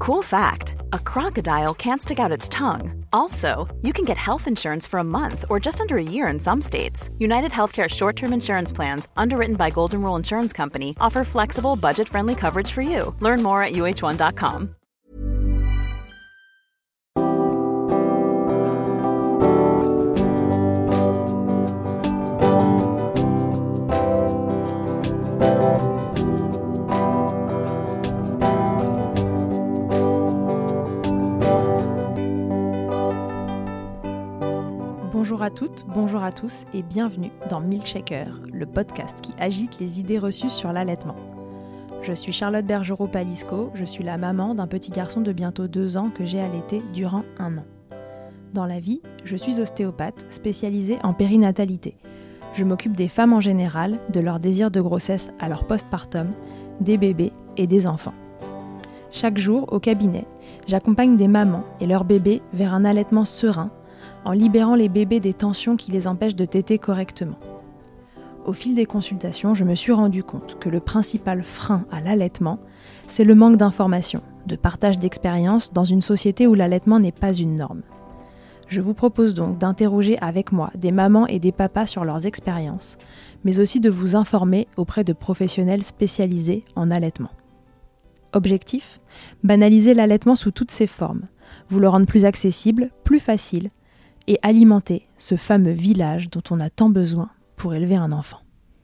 Cool fact, a crocodile can't stick out its tongue. Also, you can get health insurance for a month or just under a year in some states. United Healthcare short-term insurance plans, underwritten by Golden Rule Insurance Company, offer flexible, budget-friendly coverage for you. Learn more at uh1.com. Bonjour à toutes, bonjour à tous et bienvenue dans Milkshaker, le podcast qui agite les idées reçues sur l'allaitement. Je suis Charlotte Bergerot-Palisco, je suis la maman d'un petit garçon de bientôt 2 ans que j'ai allaité durant 1 an. Dans la vie, je suis ostéopathe spécialisée en périnatalité. Je m'occupe des femmes en général, de leur désir de grossesse à leur postpartum, des bébés et des enfants. Chaque jour, au cabinet, j'accompagne des mamans et leurs bébés vers un allaitement serein, en libérant les bébés des tensions qui les empêchent de téter correctement. Au fil des consultations, je me suis rendu compte que le principal frein à l'allaitement, c'est le manque d'information, de partage d'expériences dans une société où l'allaitement n'est pas une norme. Je vous propose donc d'interroger avec moi des mamans et des papas sur leurs expériences, mais aussi de vous informer auprès de professionnels spécialisés en allaitement. Objectif : banaliser l'allaitement sous toutes ses formes, vous le rendre plus accessible, plus facile, et alimenter ce fameux village dont on a tant besoin pour élever un enfant.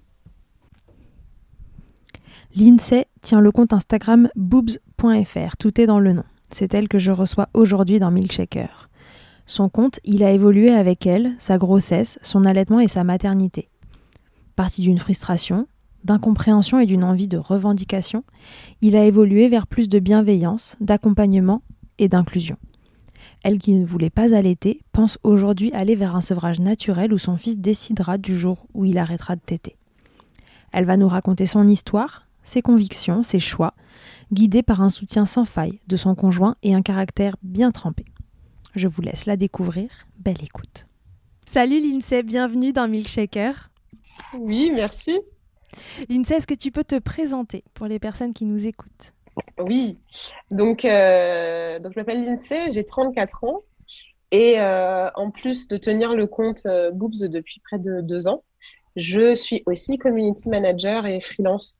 L'INSEE tient le compte Instagram boobs.fr, tout est dans le nom. C'est elle que je reçois aujourd'hui dans Milkshaker. Son compte, il a évolué avec elle, sa grossesse, son allaitement et sa maternité. Parti d'une frustration, d'incompréhension et d'une envie de revendication, il a évolué vers plus de bienveillance, d'accompagnement et d'inclusion. Elle qui ne voulait pas allaiter pense aujourd'hui aller vers un sevrage naturel où son fils décidera du jour où il arrêtera de téter. Elle va nous raconter son histoire, ses convictions, ses choix, guidée par un soutien sans faille de son conjoint et un caractère bien trempé. Je vous laisse la découvrir. Belle écoute. Salut Lindsay, bienvenue dans Milkshaker. Oui, merci. Lindsay, est-ce que tu peux te présenter pour les personnes qui nous écoutent ? Oui, donc je m'appelle Lindsay, j'ai 34 ans et en plus de tenir le compte Boobs depuis près de 2 ans, je suis aussi community manager et freelance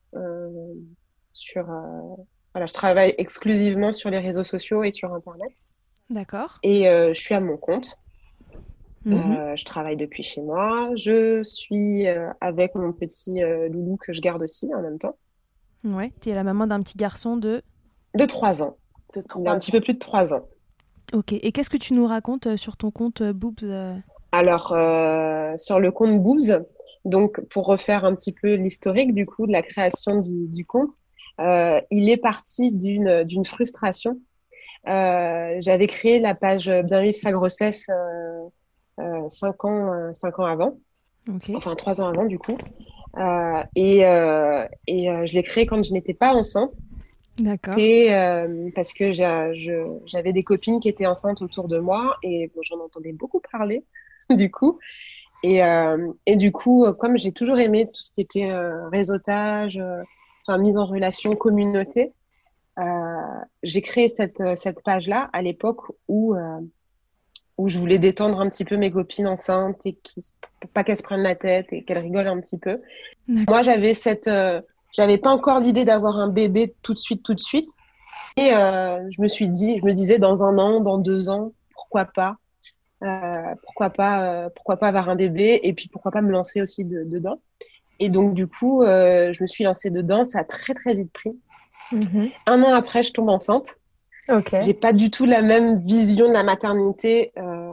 voilà, je travaille exclusivement sur les réseaux sociaux et sur Internet. D'accord. Et je suis à mon compte. Je travaille depuis chez moi. Je suis avec mon petit loulou que je garde aussi en même temps. Ouais, tu es la maman d'un petit garçon de 3 ans. Il a un petit peu plus de 3 ans. Ok, et qu'est-ce que tu nous racontes sur ton compte Boobs Alors, sur le compte Boobs, donc pour refaire un petit peu l'historique du coup de la création du compte, il est parti d'une frustration. J'avais créé la page Bien vivre sa grossesse 5 ans avant, okay. Enfin 3 ans avant du coup. Et je l'ai créé quand je n'étais pas enceinte. D'accord. Et parce que j'avais des copines qui étaient enceintes autour de moi et bon, j'en entendais beaucoup parler du coup. Et du coup, comme j'ai toujours aimé tout ce qui était réseautage, mise en relation, communauté, j'ai créé cette page-là à l'époque où je voulais détendre un petit peu mes copines enceintes et pas qu'elles se prennent la tête et qu'elles rigolent un petit peu. D'accord. Moi, j'avais pas encore l'idée d'avoir un bébé tout de suite. Et je me disais dans 1 an, dans 2 ans, pourquoi pas avoir un bébé et puis pourquoi pas me lancer aussi dedans. Et donc, du coup, je me suis lancée dedans. Ça a très, très vite pris. 1 an après, je tombe enceinte. Okay. J'ai pas du tout la même vision de la maternité,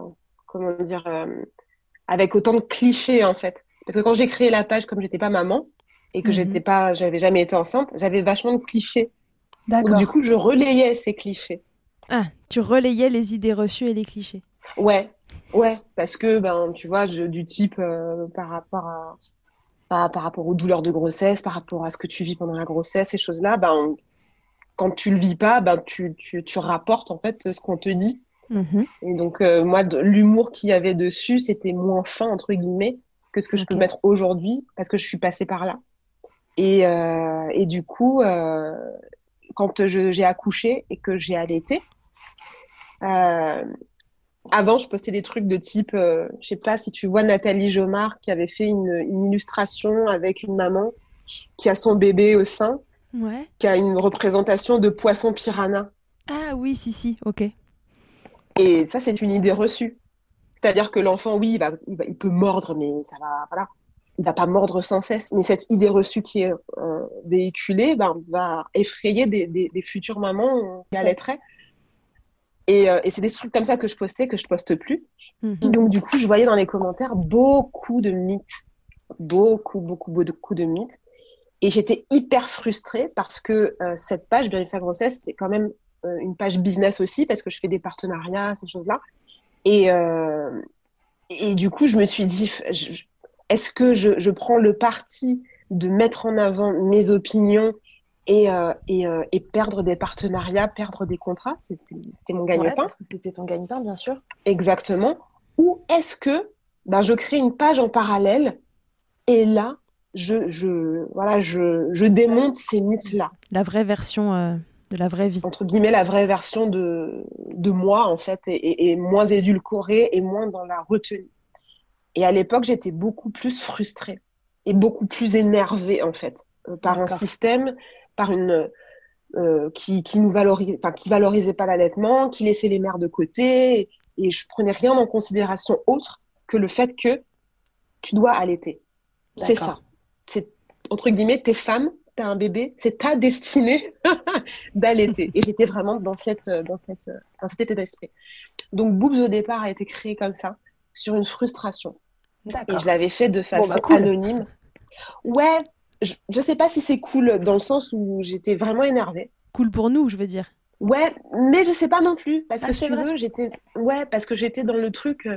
avec autant de clichés en fait. Parce que quand j'ai créé la page, comme j'étais pas maman et que j'avais jamais été enceinte, j'avais vachement de clichés. D'accord. Donc du coup, je relayais ces clichés. Ah, tu relayais les idées reçues et les clichés. Ouais, parce que tu vois, du type par rapport aux douleurs de grossesse, par rapport à ce que tu vis pendant la grossesse, ces choses-là, quand tu le vis pas, tu rapportes en fait ce qu'on te dit. Et donc moi, l'humour qu'il y avait dessus, c'était moins fin entre guillemets que ce que je peux mettre aujourd'hui parce que je suis passée par là. Et du coup, quand j'ai accouché et que j'ai allaité, avant, je postais des trucs de type, je sais pas si tu vois Nathalie Jomard qui avait fait une illustration avec une maman qui a son bébé au sein, qui a une représentation de poisson piranha. Ah oui, si, ok. Et ça, c'est une idée reçue. C'est-à-dire que l'enfant, oui, il peut mordre, mais ça va, voilà. Il va pas mordre sans cesse. Mais cette idée reçue qui est véhiculée, va effrayer des futures mamans qui allaiteraient. Et c'est des trucs comme ça que je postais, que je poste plus. Puis donc, du coup, je voyais dans les commentaires beaucoup de mythes. Beaucoup de mythes. Et j'étais hyper frustrée parce que cette page, Vérifier sa grossesse, c'est quand même une page business aussi, parce que je fais des partenariats, ces choses-là. Et du coup, je me suis dit, est-ce que je prends le parti de mettre en avant mes opinions et perdre des partenariats, perdre des contrats, c'était mon gagne-pain. Parce que c'était ton gagne-pain, bien sûr. Exactement. Ou est-ce que je crée une page en parallèle et là, je démonte ces mythes-là. La vraie version de la vraie vie. Entre guillemets, la vraie version de moi, en fait, et moins édulcorée et moins dans la retenue. Et à l'époque, j'étais beaucoup plus frustrée et beaucoup plus énervée, en fait, par un système, par une qui nous valorisait, qui valorisait pas l'allaitement, qui laissait les mères de côté, et je prenais rien en considération autre que le fait que tu dois allaiter. D'accord. C'est ça. C'est, entre guillemets, t'es femme, t'as un bébé, c'est ta destinée d'allaiter. Et j'étais vraiment dans cet état d'esprit. Donc, Boobs, au départ, a été créé comme ça, sur une frustration. D'accord. Et je l'avais fait de façon anonyme. Ouais, je sais pas si c'est cool, dans le sens où j'étais vraiment énervée. Cool pour nous, je veux dire. Ouais, mais je sais pas non plus. Parce que, c'est si tu vrai. veux, parce que j'étais dans le truc...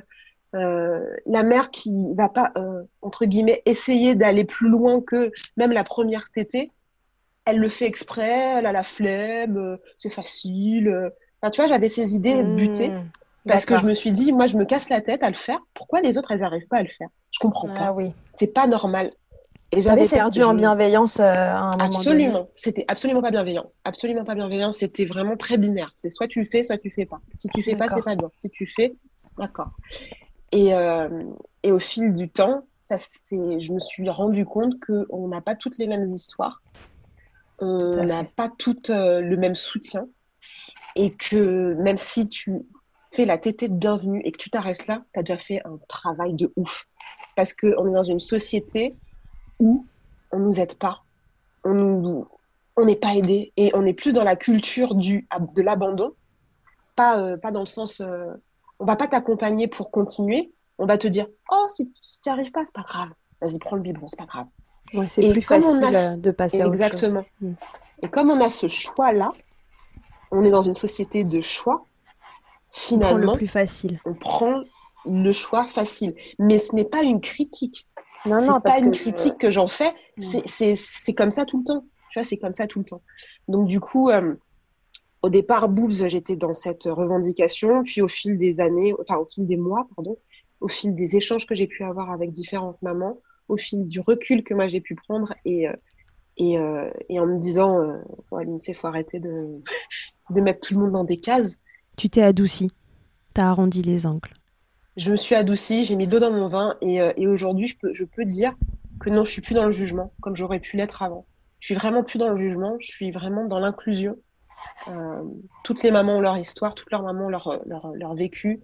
la mère qui va pas, entre guillemets, essayer d'aller plus loin que même la première tétée, elle le fait exprès, elle a la flemme, c'est facile. Enfin, tu vois, j'avais ces idées butées parce que je me suis dit, moi, je me casse la tête à le faire. Pourquoi les autres, elles n'arrivent pas à le faire? Je comprends pas. Oui. C'est pas normal. Et j'avais perdu en bienveillance à un moment absolument. donné. C'était absolument pas bienveillant. Absolument pas bienveillant. C'était vraiment très binaire. C'est soit tu le fais, soit tu le fais pas. Si tu fais pas, c'est pas bien. Si tu fais, d'accord. Et au fil du temps, je me suis rendu compte qu'on n'a pas toutes les mêmes histoires, on n'a pas toutes le même soutien, et que même si tu fais la tétée de bienvenue et que tu t'arrêtes là, tu as déjà fait un travail de ouf. Parce qu'on est dans une société où on ne nous aide pas, on n'est pas aidé, et on est plus dans la culture de l'abandon, pas dans le sens... on va pas t'accompagner pour continuer. On va te dire, oh, si tu n'y arrives pas, c'est pas grave. Vas-y, prends le biberon, c'est pas grave. Ouais, c'est plus facile de passer à autre chose. Exactement. Et comme on a ce choix-là, on est dans une société de choix, finalement, on prend le plus facile. On prend le choix facile. Mais ce n'est pas une critique. Non, c'est pas une critique que j'en fais. C'est comme ça tout le temps. Tu vois, c'est comme ça tout le temps. Donc, du coup... au départ, Boobs, j'étais dans cette revendication, puis au fil des mois, au fil des échanges que j'ai pu avoir avec différentes mamans, au fil du recul que moi j'ai pu prendre, et en me disant, Lindsay, faut arrêter de mettre tout le monde dans des cases. Tu t'es adoucie, t'as arrondi les angles. Je me suis adoucie, j'ai mis de l'eau dans mon vin, et aujourd'hui, je peux dire que non, je suis plus dans le jugement, comme j'aurais pu l'être avant. Je suis vraiment plus dans le jugement, je suis vraiment dans l'inclusion. Toutes les mamans ont leur histoire, toutes leurs mamans ont leur vécu,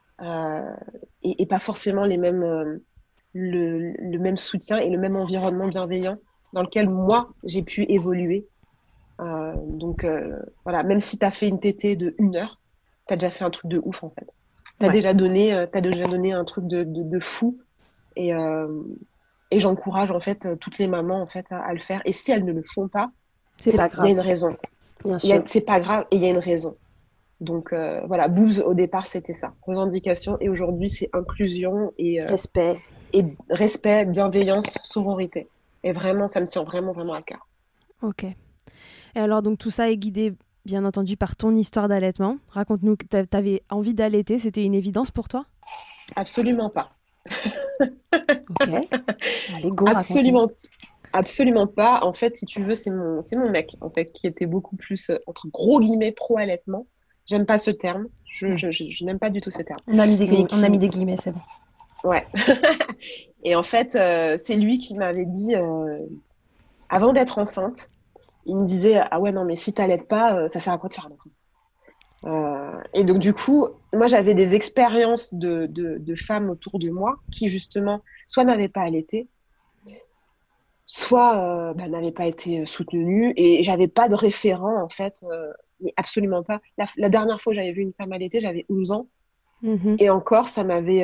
et pas forcément les mêmes, le même soutien et le même environnement bienveillant dans lequel moi j'ai pu évoluer. Donc voilà, même si tu as fait une tétée de 1 heure, tu as déjà fait un truc de ouf en fait. Tu as déjà donné un truc de fou, et j'encourage en fait toutes les mamans en fait à le faire. Et si elles ne le font pas, c'est pas grave. Il y a une raison. C'est pas grave, et il y a une raison. Donc voilà, Boobs au départ c'était ça, revendication, et aujourd'hui c'est inclusion et respect, bienveillance, sororité. Et vraiment, ça me tient vraiment vraiment à cœur. Ok. Et alors donc tout ça est guidé bien entendu par ton histoire d'allaitement. Raconte-nous, t'avais envie d'allaiter, c'était une évidence pour toi? Absolument pas. Ok. Allez, go. Absolument. Absolument pas. En fait, si tu veux, c'est mon mec, en fait, qui était beaucoup plus, entre gros guillemets, pro-allaitement. J'aime pas ce terme. Ouais. Je n'aime pas du tout ce terme. On a mis Mais on a qui, mis des guillemets, c'est bon. ouais. Et en fait, c'est lui qui m'avait dit, avant d'être enceinte, il me disait, ah ouais, non, mais si t'allaites pas, ça sert à quoi de faire un enfant? Et donc, du coup, moi, j'avais des expériences de femmes autour de moi qui, justement, soit n'avaient pas allaité, soit n'avaient pas été soutenues. Et j'avais pas de référent, en fait, mais absolument pas. La dernière fois que j'avais vu une femme allaiter, j'avais 11 ans. Mhm. Et encore, ça m'avait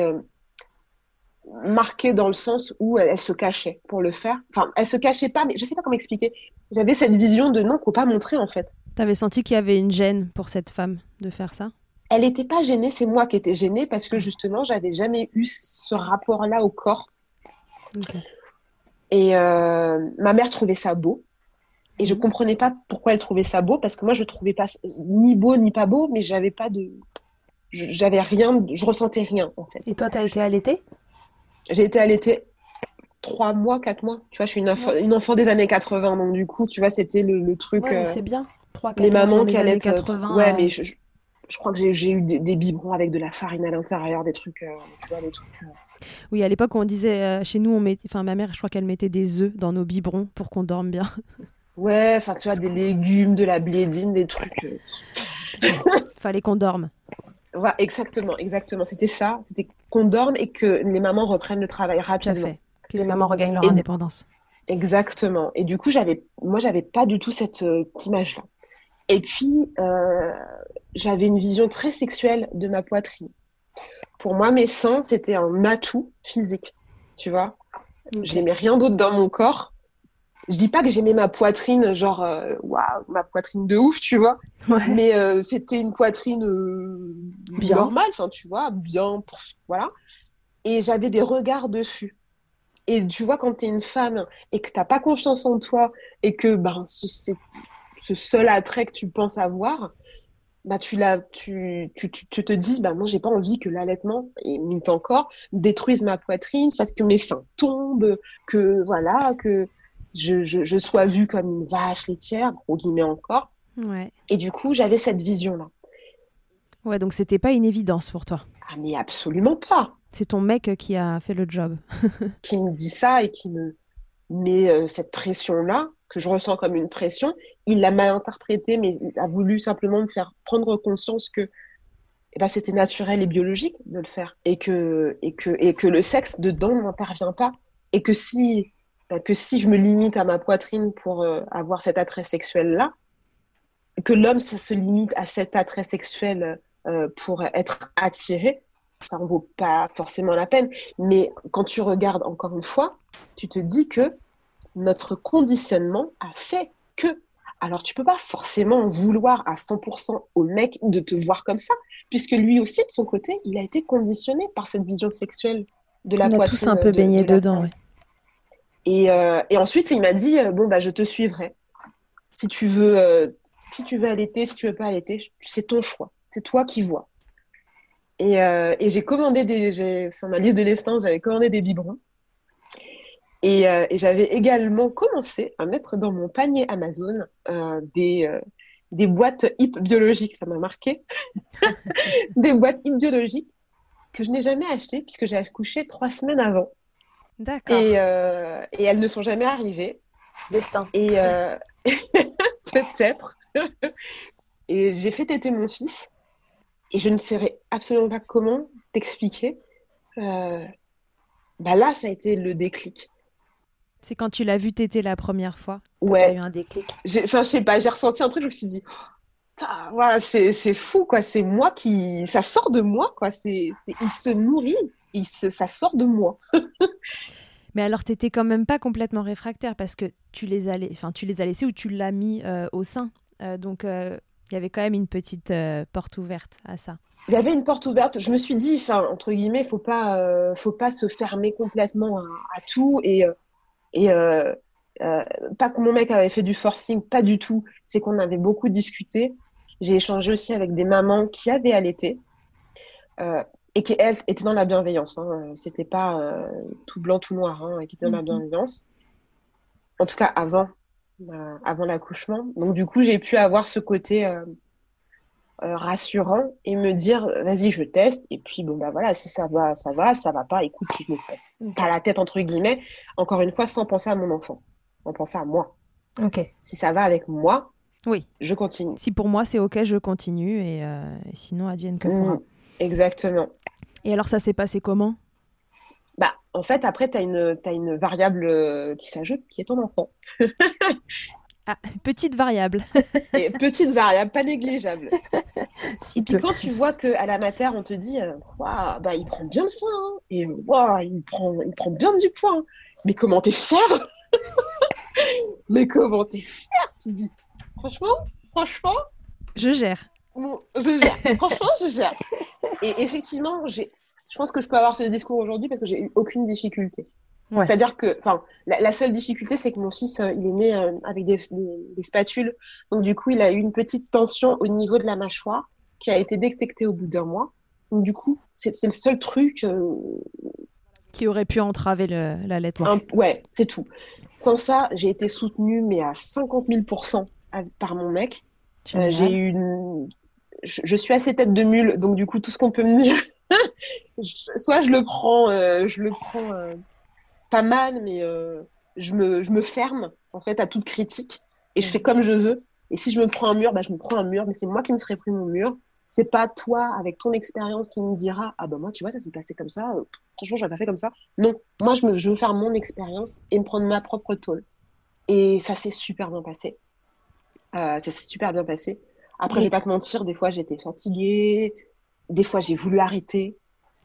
marquée dans le sens où elle se cachait pour le faire. Enfin, elle se cachait pas, mais je sais pas comment expliquer. J'avais cette vision de non, faut pas montrer, en fait. T'avais senti qu'il y avait une gêne pour cette femme de faire ça? Elle n'était pas gênée, c'est moi qui étais gênée parce que justement, j'avais jamais eu ce rapport-là au corps. Ok. Et ma mère trouvait ça beau. Et je Mhm. comprenais pas pourquoi elle trouvait ça beau, parce que moi, je trouvais pas ni beau ni pas beau, mais j'avais pas de, j'avais rien, je ressentais rien en fait. Et toi, t'as été allaitée? J'ai été allaitée 3 mois, 4 mois. Tu vois, je suis Ouais. une enfant des années 80, donc du coup, tu vois, c'était le truc, Ouais, mais c'est bien. Trois les quatre mois dans mamans qui les années allaitent. Ouais, 80. mais je crois que j'ai eu des biberons avec de la farine à l'intérieur, des trucs, tu vois, des trucs. Oui, à l'époque, on disait, chez nous, enfin, ma mère, je crois qu'elle mettait des œufs dans nos biberons pour qu'on dorme bien. Ouais, enfin, tu vois, des légumes, de la blédine, des trucs. Fallait qu'on dorme. Voilà, exactement, exactement. C'était ça. C'était qu'on dorme et que les mamans reprennent le travail Tout à rapidement. fait. Que les mamans regagnent leur Et indépendance. exactement. Et du coup, moi, j'avais pas du tout cette image-là. Et puis, j'avais une vision très sexuelle de ma poitrine. Pour moi, mes seins, c'était un atout physique. Tu vois, Ok. j'aimais rien d'autre dans mon corps. Je dis pas que j'aimais ma poitrine, genre, waouh, ma poitrine de ouf, tu vois. Ouais. Mais c'était une poitrine Bien. normale, enfin, tu vois, bien, voilà. Et j'avais des regards dessus. Et tu vois, quand tu es une femme et que tu n'as pas confiance en toi et que ben, c'est ce seul attrait que tu penses avoir, bah, tu te dis, bah, non, j'ai pas envie que l'allaitement, et limite encore, détruise ma poitrine, fasse que mes seins tombent, que voilà, que je sois vue comme une vache laitière, gros guillemets encore. Ouais. Et du coup, j'avais cette vision-là. Ouais, donc c'était pas une évidence pour toi. Ah, mais absolument pas. C'est ton mec qui a fait le job. Qui me dit ça et qui me met cette pression-là, que je ressens comme une pression, il l'a mal interprétée, mais il a voulu simplement me faire prendre conscience que eh ben, c'était naturel et biologique de le faire et que le sexe dedans n'intervient pas et que si je me limite à ma poitrine pour avoir cet attrait sexuel-là, que l'homme, ça se limite à cet attrait sexuel pour être attiré, ça en vaut pas forcément la peine. Mais quand tu regardes encore une fois, tu te dis que notre conditionnement a fait que. Alors, tu peux pas forcément vouloir à 100% au mec de te voir comme ça, puisque lui aussi, de son côté, il a été conditionné par cette vision sexuelle de la On a tous un poitrine peu baigné de la dedans, femme. ouais. Et ensuite, il m'a dit, bon, bah, je te suivrai. Si tu veux, si tu veux allaiter, si tu veux pas allaiter, c'est ton choix. C'est toi qui vois. Et j'ai commandé sur ma liste de naissance, j'avais commandé des biberons. Et j'avais également commencé à mettre dans mon panier Amazon des boîtes HIP biologiques. Ça m'a marqué. Des boîtes HIP biologiques que je n'ai jamais achetées puisque j'ai accouché 3 semaines avant. D'accord. Et elles ne sont jamais arrivées. Destin. Et peut-être. Et j'ai fait téter mon fils. Et je ne saurais absolument pas comment t'expliquer. Bah là, ça a été le déclic. C'est quand tu l'as vu téter la première fois que tu as eu Ouais. un déclic. Enfin, je sais pas, j'ai ressenti un truc, je me suis dit, voilà, c'est fou, quoi. C'est moi qui. Ça sort de moi, quoi. Il se nourrit, ça sort de moi. Mais alors, t'étais quand même pas complètement réfractaire parce que tu les as laissés ou tu l'as mis au sein. Donc, il y avait quand même une petite porte ouverte à ça. Il y avait une porte ouverte. Je me suis dit, enfin, entre guillemets, faut pas se fermer complètement à tout. Et pas que mon mec avait fait du forcing, pas du tout. C'est qu'on avait beaucoup discuté. J'ai échangé aussi avec des mamans qui avaient allaité et qui, elles, étaient dans la bienveillance. Hein. C'était pas tout blanc, tout noir, hein, qui étaient dans la Mhm. bienveillance. En tout cas, avant l'accouchement. Donc, du coup, j'ai pu avoir ce côté rassurant et me dire, vas-y, je teste. Et puis, bon, bah voilà, si ça va, ça va. Ça va pas, écoute, je me fais pas la tête, entre guillemets. Encore une fois, sans penser à mon enfant. En penser à moi. Ok. Si ça va avec moi, Oui. je continue. Si pour moi c'est ok, je continue et sinon advienne que pourra. Exactement. Et alors ça s'est passé comment? Bah, en fait, après, t'as une variable qui s'ajoute, qui est ton enfant. Ah, petite variable. Et petite variable, pas négligeable. Si Et puis peu. quand tu vois qu'à la mater, on te dit, waouh, bah, il prend bien le sein, hein, et waouh, il prend bien du poids, hein. Mais comment t'es fière? Mais comment t'es fière? Tu dis, franchement, Je gère. bon, je gère. Franchement, je gère. Et effectivement, je pense que je peux avoir ce discours aujourd'hui parce que j'ai eu aucune difficulté. Ouais. C'est-à-dire que, enfin, la seule difficulté, c'est que mon fils, il est né avec des spatules. Donc, du coup, il a eu une petite tension au niveau de la mâchoire qui a été détectée au bout d'un mois. Donc, du coup, c'est le seul truc. Qui aurait pu entraver l'allaitement. Ouais, c'est tout. Sans ça, j'ai été soutenue, mais à 50 000% par mon mec. Génial. J'ai eu je suis assez tête de mule, donc du coup, tout ce qu'on peut me dire, soit je le prends pas mal, mais je me ferme en fait à toute critique et je fais comme je veux. Et si je me prends un mur, bah, je me prends un mur, mais c'est moi qui me serais pris mon mur. C'est pas toi, avec ton expérience, qui me dira ah ben moi, tu vois, ça s'est passé comme ça. Franchement, je l'aurais pas fait comme ça. Non, moi, je veux faire mon expérience et me prendre ma propre tôle. Et ça s'est super bien passé. Ça s'est super bien passé. Après, je vais pas te mentir, des fois, j'étais fatiguée, des fois, j'ai voulu arrêter,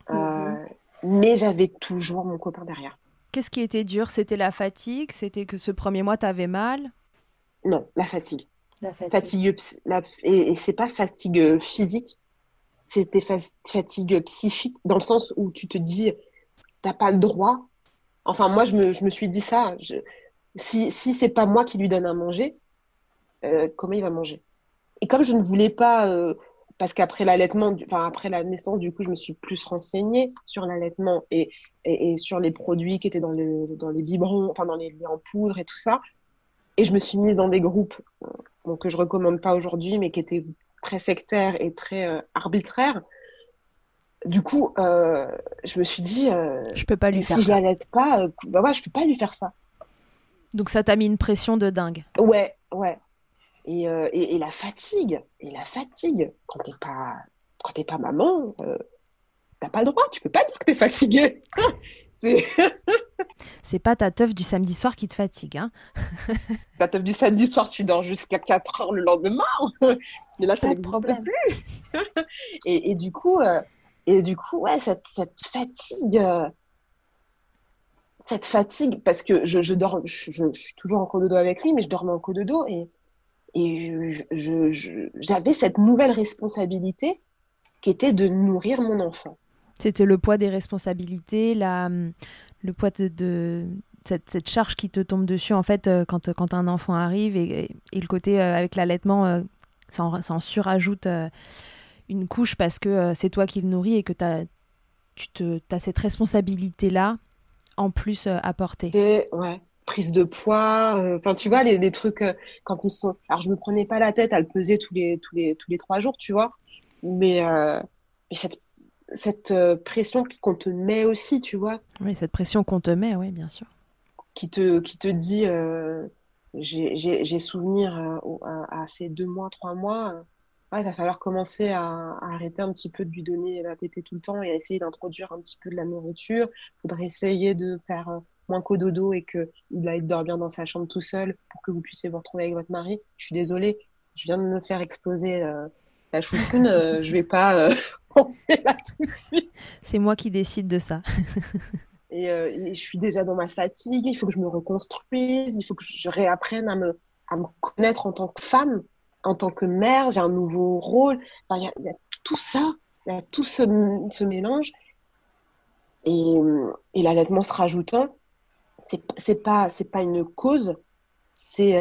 mais j'avais toujours mon copain derrière. Qu'est-ce qui était dur? C'était la fatigue? C'était que ce premier mois, t'avais mal? Non, la fatigue. La fatigue. Et c'est pas fatigue physique, c'était fatigue psychique, dans le sens où tu te dis, t'as pas le droit. Enfin, moi, je me suis dit ça. Si c'est pas moi qui lui donne à manger, comment il va manger? Et comme je ne voulais pas, parce qu'après l'allaitement, enfin après la naissance, du coup, je me suis plus renseignée sur l'allaitement et sur les produits qui étaient dans les biberons, enfin dans les laits en poudre et tout ça. Et je me suis mise dans des groupes que je recommande pas aujourd'hui, mais qui étaient très sectaires et très arbitraires. Du coup, je me suis dit, Je peux pas lui faire si je ça. l'allaite pas, bah ouais, je peux pas lui faire ça. Donc ça t'a mis une pression de dingue. Ouais. Et la fatigue, quand t'es pas maman, t'as pas le droit, tu peux pas dire que t'es fatiguée. C'est C'est pas ta teuf du samedi soir qui te fatigue, hein? ta teuf du samedi soir, tu dors jusqu'à 4 heures le lendemain. Mais là, ça Pas de n'existe problème. plus. Et du coup, ouais, cette fatigue, parce que je dors, je suis toujours en cododo avec lui, mais je dormais en cododo et j'avais cette nouvelle responsabilité qui était de nourrir mon enfant. C'était le poids des responsabilités, le poids de cette charge qui te tombe dessus, en fait, quand un enfant arrive et le côté avec l'allaitement, ça en surajoute une couche parce que c'est toi qui le nourris et que t'as cette responsabilité-là en plus à porter. Et, ouais, prise de poids, enfin tu vois, les trucs quand ils sont. Alors je me prenais pas la tête à le peser tous les 3 jours, tu vois, mais cette pression qu'on te met aussi, tu vois, Oui, cette pression qu'on te met, oui, bien sûr. qui te dit, j'ai souvenir à ces 2 mois, 3 mois, ouais, il va falloir commencer à arrêter un petit peu de lui donner la tétée tout le temps et à essayer d'introduire un petit peu de la nourriture. Il faudrait essayer de faire moins cododo et qu'il aille dormir dans sa chambre tout seul pour que vous puissiez vous retrouver avec votre mari. Je suis désolée, je viens de me faire exploser la chouchoune, je vais pas penser là tout de suite. C'est moi qui décide de ça. Et je suis déjà dans ma fatigue, il faut que je me reconstruise, il faut que je réapprenne à me connaître en tant que femme, en tant que mère, j'ai un nouveau rôle. Enfin, il y a tout ça, il y a tout ce mélange. Et l'allaitement se rajoutant, c'est pas une cause, c'est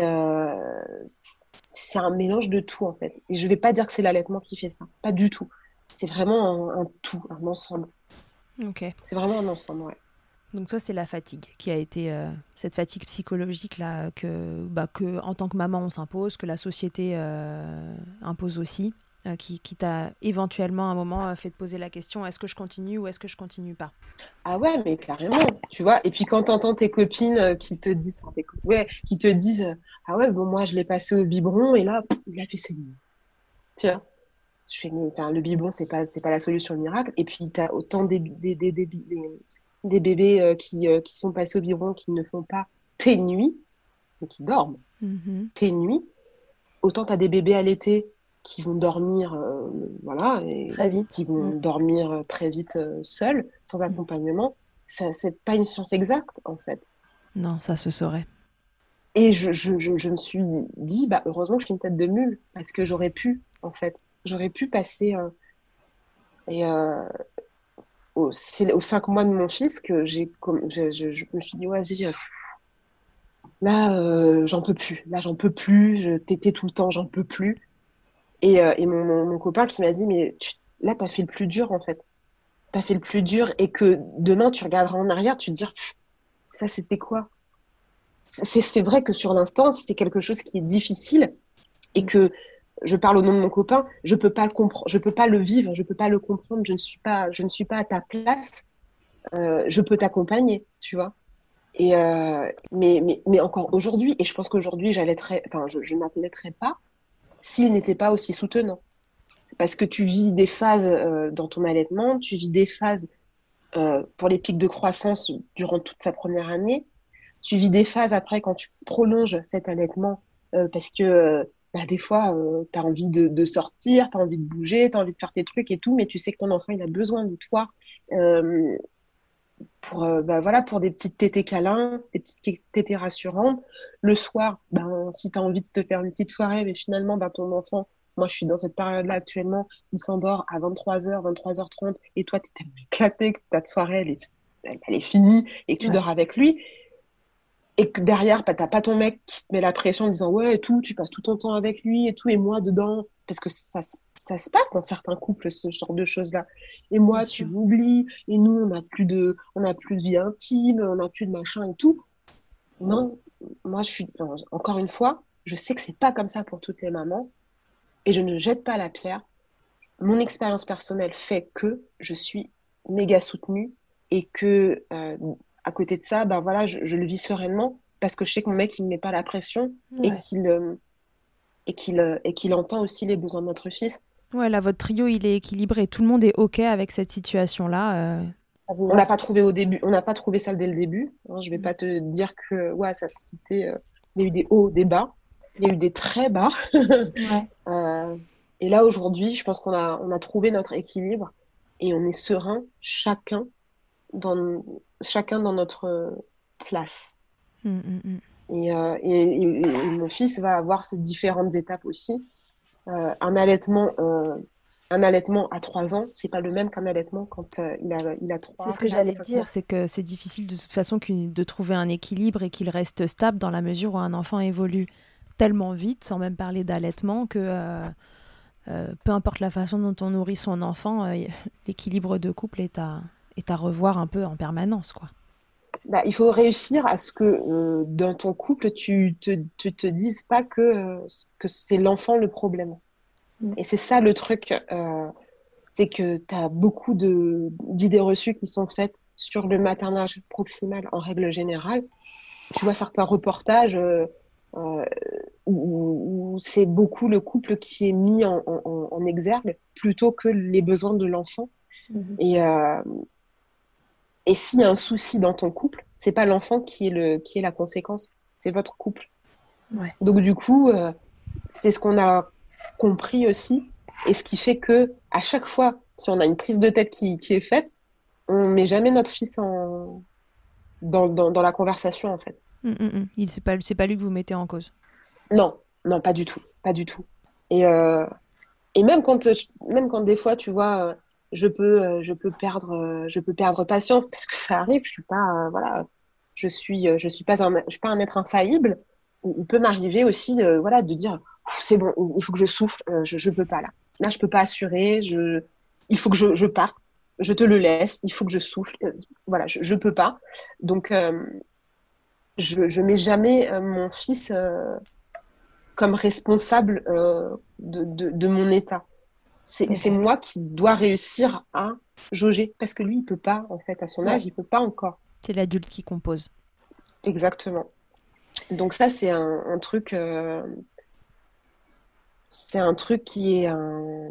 un mélange de tout en fait. Et je vais pas dire que c'est l'allaitement qui fait ça, pas du tout. C'est vraiment un tout, un ensemble. Ok. C'est vraiment un ensemble, ouais. Donc toi, c'est la fatigue qui a été cette fatigue psychologique là que en tant que maman on s'impose, que la société impose aussi, qui t'a éventuellement à un moment fait te poser la question est-ce que je continue ou est-ce que je continue pas? Ah ouais, mais carrément, tu vois. Et puis quand t'entends tes copines qui te disent, qui te disent, ah ouais, bon moi je l'ai passé au biberon et là, il a fait ses nuits. Tu vois. Je fais, enfin, le biberon c'est pas la solution miracle. Et puis t'as autant des bébés qui sont passés au biberon qui ne font pas tes nuits, mais qui dorment tes nuits. Autant t'as des bébés allaités qui vont dormir, voilà, et Très vite. qui vont dormir très vite seuls, sans accompagnement. Ça, c'est pas une science exacte, en fait. Non, ça se saurait. Et je me suis dit, bah, heureusement que je suis une tête de mule, parce que j'aurais pu, en fait. J'aurais pu passer. C'est aux 5 mois de mon fils que je me suis dit, ouais, vas-y, là, j'en peux plus. Là, j'en peux plus. Je tétais tout le temps, j'en peux plus. Et mon copain qui m'a dit, mais là, t'as fait le plus dur, en fait. T'as fait le plus dur et que demain, tu regarderas en arrière, tu te dis, ça, c'était quoi? C'est vrai que sur l'instant, c'est quelque chose qui est difficile et que je parle au nom de mon copain, je peux pas je peux pas le vivre, je peux pas le comprendre, je ne suis pas à ta place. Je peux t'accompagner, tu vois. Mais encore aujourd'hui, et je pense qu'aujourd'hui, je n'allaiterais pas s'il n'était pas aussi soutenant. Parce que tu vis des phases dans ton allaitement, tu vis des phases pour les pics de croissance durant toute sa première année, tu vis des phases après quand tu prolonges cet allaitement parce que des fois, tu as envie de sortir, tu as envie de bouger, tu as envie de faire tes trucs et tout, mais tu sais que ton enfant, il a besoin de toi pour des petites tétées câlins, des petites tétées rassurantes. Le soir, si tu as envie de te faire une petite soirée, mais finalement, ton enfant, moi je suis dans cette période-là actuellement, il s'endort à 23h, 23h30, et toi, tu es tellement éclaté que ta soirée, elle est finie, et que tu dors avec lui. Et que derrière, t'as pas ton mec qui te met la pression en disant ouais, et tout, tu passes tout ton temps avec lui et tout, et moi dedans. Parce que ça se passe dans certains couples, ce genre de choses-là. Et moi, tu m'oublies, et nous, on n'a plus de vie intime, on n'a plus de machin et tout. Non, moi, encore une fois, je sais que c'est pas comme ça pour toutes les mamans, et je ne jette pas la pierre. Mon expérience personnelle fait que je suis méga soutenue et que à côté de ça, je le vis sereinement parce que je sais que mon mec, il me met pas la pression et qu'il entend aussi les besoins de notre fils. Ouais, là, votre trio, il est équilibré. Tout le monde est OK avec cette situation-là. On n'a pas trouvé on n'a pas trouvé ça dès le début. Hein, je vais pas te dire que il y a eu des hauts, des bas. Il y a eu des très bas. Et là, aujourd'hui, je pense qu'on a trouvé notre équilibre et on est serein, chacun dans notre place. Et mon fils va avoir ces différentes étapes aussi. Un allaitement à 3 ans, c'est pas le même qu'un allaitement quand il a 3 ans. C'est ce que j'allais te dire, c'est que c'est difficile de toute façon de trouver un équilibre et qu'il reste stable dans la mesure où un enfant évolue tellement vite, sans même parler d'allaitement, que peu importe la façon dont on nourrit son enfant, l'équilibre de couple est à revoir un peu en permanence, quoi. Il faut réussir à ce que dans ton couple, tu te dises pas que c'est l'enfant le problème. Et c'est ça le truc, c'est que tu as beaucoup d'idées reçues qui sont faites sur le maternage proximal en règle générale. Tu vois certains reportages où c'est beaucoup le couple qui est mis en exergue plutôt que les besoins de l'enfant. Et s'il y a un souci dans ton couple, c'est pas l'enfant qui est la conséquence, c'est votre couple. Ouais. Donc du coup, c'est ce qu'on a compris aussi, et ce qui fait que à chaque fois, si on a une prise de tête qui est faite, on met jamais notre fils dans la conversation en fait. C'est pas lui que vous mettez en cause. Non, pas du tout, pas du tout. Et même quand des fois, tu vois. Je peux perdre patience parce que ça arrive. Je suis pas, je suis pas un être infaillible. Il peut m'arriver aussi, de dire, c'est bon, il faut que je souffle. Je peux pas là. Là, je peux pas assurer. Il faut que je parte. je te le laisse, il faut que je souffle. Voilà, je peux pas. Donc, je mets jamais mon fils comme responsable de mon état. C'est moi qui dois réussir à jauger, parce que lui, il peut pas, en fait, à son âge, il peut pas encore. C'est l'adulte qui compose. Exactement. Donc ça, c'est un truc... c'est un truc qui est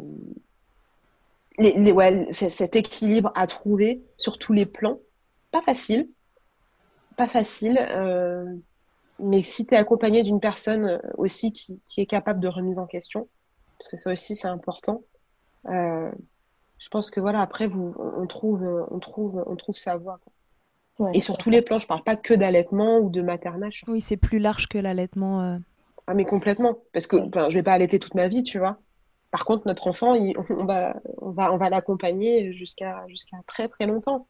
c'est cet équilibre à trouver sur tous les plans. Pas facile, mais si tu es accompagné d'une personne aussi qui est capable de remise en question, parce que ça aussi c'est important, je pense que voilà, après on trouve sa voie, quoi. Ouais, Et sur tous les plans, je parle pas que d'allaitement ou de maternage. Oui, c'est plus large que l'allaitement. Ah mais complètement, parce que je vais pas allaiter toute ma vie, tu vois. Par contre, notre enfant, on va l'accompagner jusqu'à très très longtemps.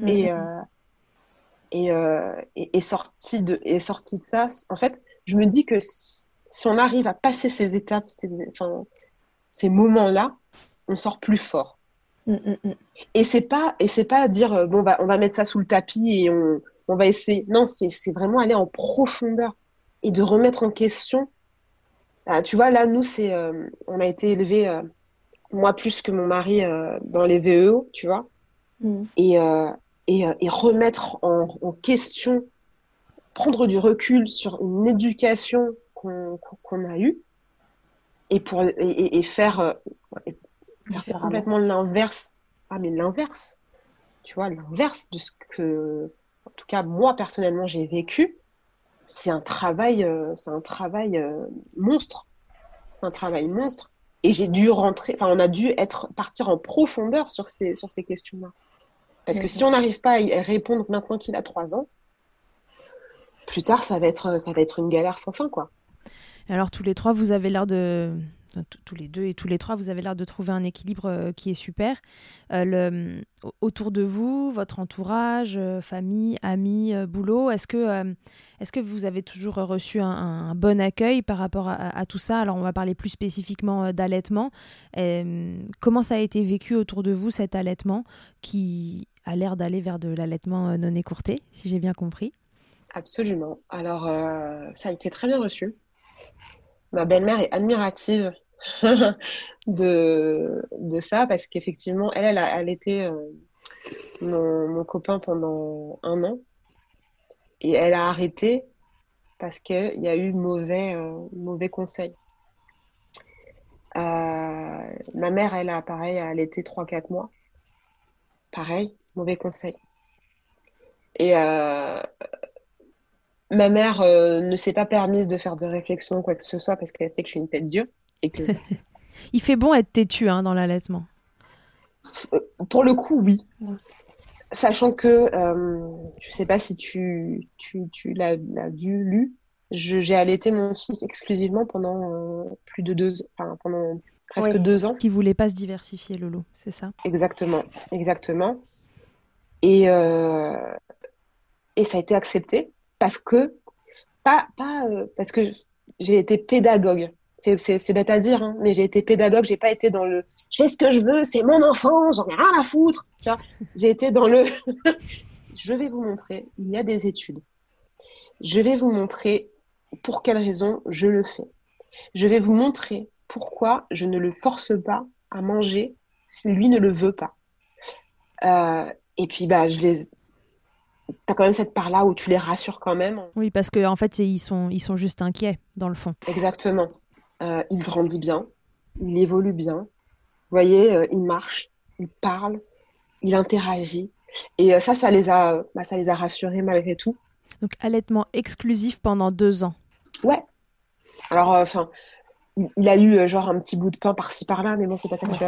Et sorti de ça, en fait, je me dis que si on arrive à passer ces étapes, ces moments-là, on sort plus fort. Et c'est pas dire bon on va mettre ça sous le tapis et on va essayer. Non, c'est vraiment aller en profondeur et de remettre en question. Tu vois, là, nous, on a été élevés, moi plus que mon mari, dans les VEO, tu vois, et remettre en question, prendre du recul sur une éducation qu'on a eue et faire complètement l'inverse. Ah, mais l'inverse, tu vois, l'inverse de ce que, en tout cas, moi, personnellement, j'ai vécu. C'est un travail monstre. C'est un travail monstre. Et j'ai dû on a dû partir en profondeur sur ces questions-là. Parce que si on n'arrive pas à y répondre maintenant qu'il a 3 ans, plus tard, ça va être une galère sans fin, quoi. Alors, tous les trois, vous avez l'air de... tous les deux et tous les trois, vous avez l'air de trouver un équilibre qui est super. Autour de vous, votre entourage, famille, amis, boulot, est-ce que vous avez toujours reçu un bon accueil par rapport à tout ça? Alors, on va parler plus spécifiquement d'allaitement. Comment ça a été vécu autour de vous, cet allaitement qui a l'air d'aller vers de l'allaitement non écourté, si j'ai bien compris? Absolument. Alors, ça a été très bien reçu. Ma belle-mère est admirative de ça parce qu'effectivement, elle était mon copain pendant 1 an et elle a arrêté parce qu'il y a eu mauvais conseils. Ma mère, elle a pareil, elle a allaité 3-4 mois. Pareil, mauvais conseil. Et ma mère ne s'est pas permise de faire de réflexion ou quoi que ce soit parce qu'elle sait que je suis une tête dure. Et que... Il fait bon être têtu dans l'allaitement. Pour le coup, oui. Sachant que, je ne sais pas si tu l'as lu, j'ai allaité mon fils exclusivement pendant pendant presque 2 ans. Qui ne voulait pas se diversifier, Lolo, c'est ça? Exactement. Et ça a été accepté parce que, parce que j'ai été pédagogue. C'est bête à dire, mais j'ai été pédagogue, j'ai pas été dans le « je fais ce que je veux, c'est mon enfant, j'en ai rien à foutre ». J'ai été dans le « je vais vous montrer, il y a des études. Je vais vous montrer pour quelles raisons je le fais. Je vais vous montrer pourquoi je ne le force pas à manger si lui ne le veut pas. » Et puis, t'as quand même cette part-là où tu les rassures quand même. Oui, parce qu'en fait, ils sont juste inquiets, dans le fond. Exactement. Il grandit bien, il évolue bien. Vous voyez, il marche, il parle, il interagit. Et ça les a rassurés malgré tout. Donc, allaitement exclusif pendant 2 ans. Ouais. Alors, il a eu genre un petit bout de pain par-ci par-là, mais bon, c'est pas ça que tu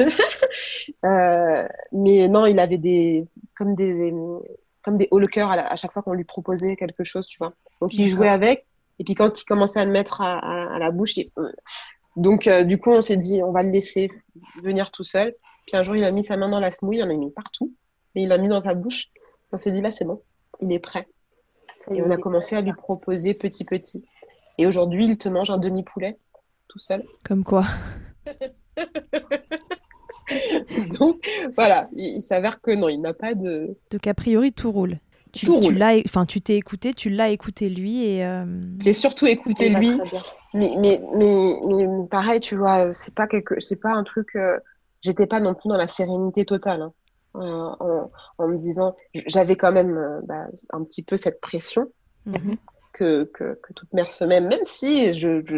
as. Mais non, il avait comme des hauts le cœur à chaque fois qu'on lui proposait quelque chose, tu vois. Donc, il jouait avec. Et puis, quand il commençait à le mettre à la bouche, donc, du coup, on s'est dit, on va le laisser venir tout seul. Puis un jour, il a mis sa main dans la semouille, il en a mis partout. Et il l'a mis dans sa bouche. On s'est dit, là, c'est bon, il est prêt. Et on a commencé à lui proposer petit. Et aujourd'hui, il te mange un demi-poulet tout seul. Comme quoi. Donc, voilà, il s'avère que non, il n'a pas de... Donc, a priori, tout roule. Tout roule. Tu t'es écouté, tu l'as écouté lui et... Je l'ai surtout écouté lui. Mais pareil, tu vois, c'est pas un truc... j'étais pas non plus dans la sérénité totale. Hein. En me disant... J'avais quand même un petit peu cette pression que toute mère se met, même si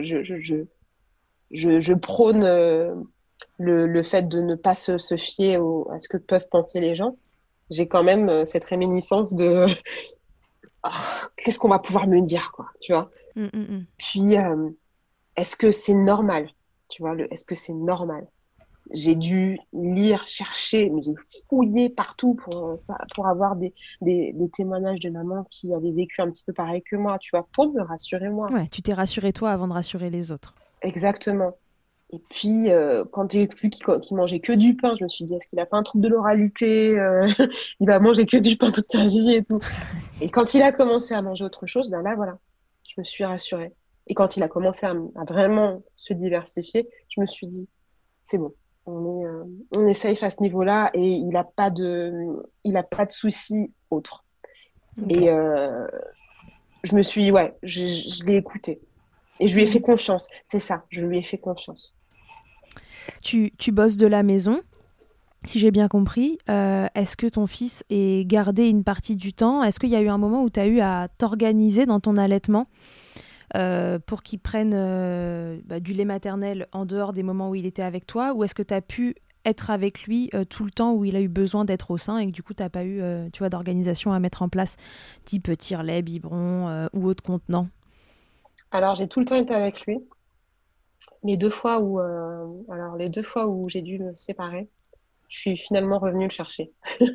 je prône le fait de ne pas se fier à ce que peuvent penser les gens. J'ai quand même cette réminiscence de qu'est-ce qu'on va pouvoir me dire, quoi, tu vois. Puis, est-ce que c'est normal, tu vois, est-ce que c'est normal? J'ai dû lire, chercher, mais j'ai fouillé partout pour avoir des témoignages de mamans qui avaient vécu un petit peu pareil que moi, tu vois, pour me rassurer moi. Ouais, tu t'es rassuré toi avant de rassurer les autres. Exactement. Et puis, quand j'ai vu qu'il mangeait que du pain, je me suis dit, est-ce qu'il a pas un trouble de l'oralité? Il va manger que du pain toute sa vie et tout. Et quand il a commencé à manger autre chose, ben là, voilà, je me suis rassurée. Et quand il a commencé à vraiment se diversifier, je me suis dit, c'est bon, on est safe à ce niveau-là et il n'a pas de soucis autres. Okay. Et je me suis, je l'ai écouté. Et je lui ai fait confiance, c'est ça, je lui ai fait confiance. Tu bosses de la maison, si j'ai bien compris. Est-ce que ton fils est gardé une partie du temps? Est-ce qu'il y a eu un moment où tu as eu à t'organiser dans ton allaitement pour qu'il prenne du lait maternel en dehors des moments où il était avec toi? Ou est-ce que tu as pu être avec lui tout le temps où il a eu besoin d'être au sein et que du coup tu n'as pas eu d'organisation à mettre en place, type tire-lait, biberon ou autre contenant? Alors, j'ai tout le temps été avec lui. Les deux fois où j'ai dû me séparer, je suis finalement revenue le chercher.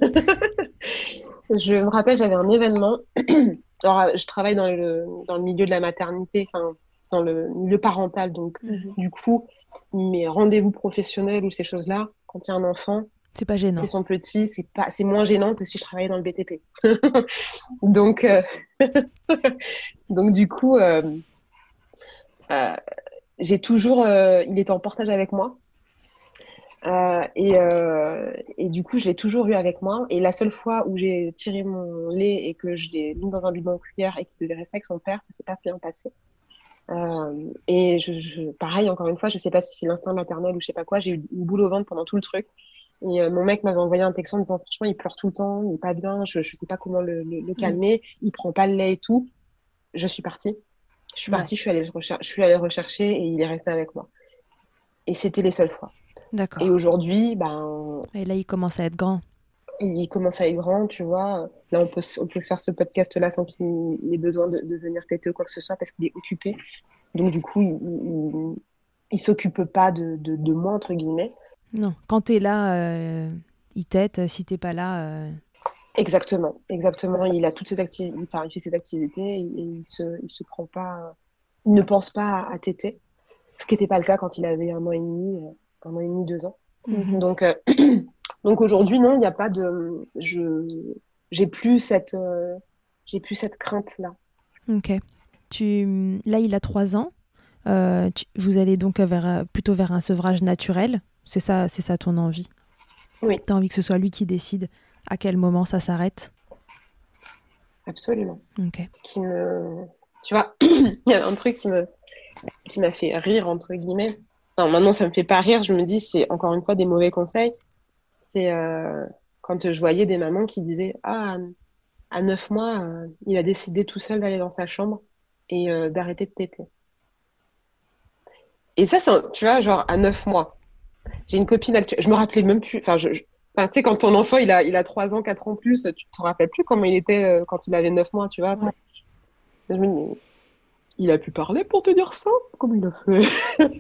Je me rappelle, j'avais un événement. Alors, je travaille dans le milieu de la maternité, enfin, dans le milieu parental. Donc, du coup, mes rendez-vous professionnels ou ces choses-là, quand il y a un enfant, c'est pas gênant. Ils sont petits, c'est moins gênant que si je travaillais dans le BTP. Donc, du coup, j'ai toujours, il était en portage avec moi. Et du coup, je l'ai toujours eu avec moi. Et la seule fois où j'ai tiré mon lait et que je l'ai mis dans un bidon en cuillère et qu'il devait rester avec son père, ça s'est pas bien passé. Et pareil, encore une fois, je sais pas si c'est l'instinct maternel ou je sais pas quoi, j'ai eu une boule au ventre pendant tout le truc. Et mon mec m'avait envoyé un texto en me disant franchement, il pleure tout le temps, il est pas bien, je sais pas comment le calmer, il prend pas le lait et tout. Je suis partie. Je suis allée le rechercher et il est resté avec moi. Et c'était les seules fois. D'accord. Et aujourd'hui, et là, il commence à être grand. Il commence à être grand, tu vois. Là, on peut faire ce podcast-là sans qu'il ait besoin de venir téter ou quoi que ce soit parce qu'il est occupé. Donc, du coup, il s'occupe pas de moi, entre guillemets. Non, quand t'es là, il tète. Si t'es pas là... Exactement. Il a toutes ses activités, enfin, il fait ses activités et il se prend pas, il ne pense pas à téter. Ce qui n'était pas le cas quand il avait 1 an et demi, 2 ans. Donc aujourd'hui, non, il n'y a pas de, j'ai plus cette crainte-là. Ok. Là, il a 3 ans. Vous allez donc plutôt vers un sevrage naturel. C'est ça ton envie? Oui. T'as envie que ce soit lui qui décide à quel moment ça s'arrête? Absolument. Ok. Tu vois, il y a un truc qui m'a fait rire, entre guillemets. Enfin, maintenant, ça me fait pas rire. Je me dis, c'est encore une fois des mauvais conseils. C'est quand je voyais des mamans qui disaient « Ah, à 9 mois, il a décidé tout seul d'aller dans sa chambre et d'arrêter de téter. » Et ça, tu vois, genre à 9 mois. J'ai une copine actuelle, je me rappelais même plus. Enfin, tu sais, quand ton enfant, il a 3 ans, 4 ans plus, tu te rappelles plus comment il était quand il avait 9 mois, tu vois. Ouais. Je me dis, il a pu parler pour te dire ça? Comment il a fait?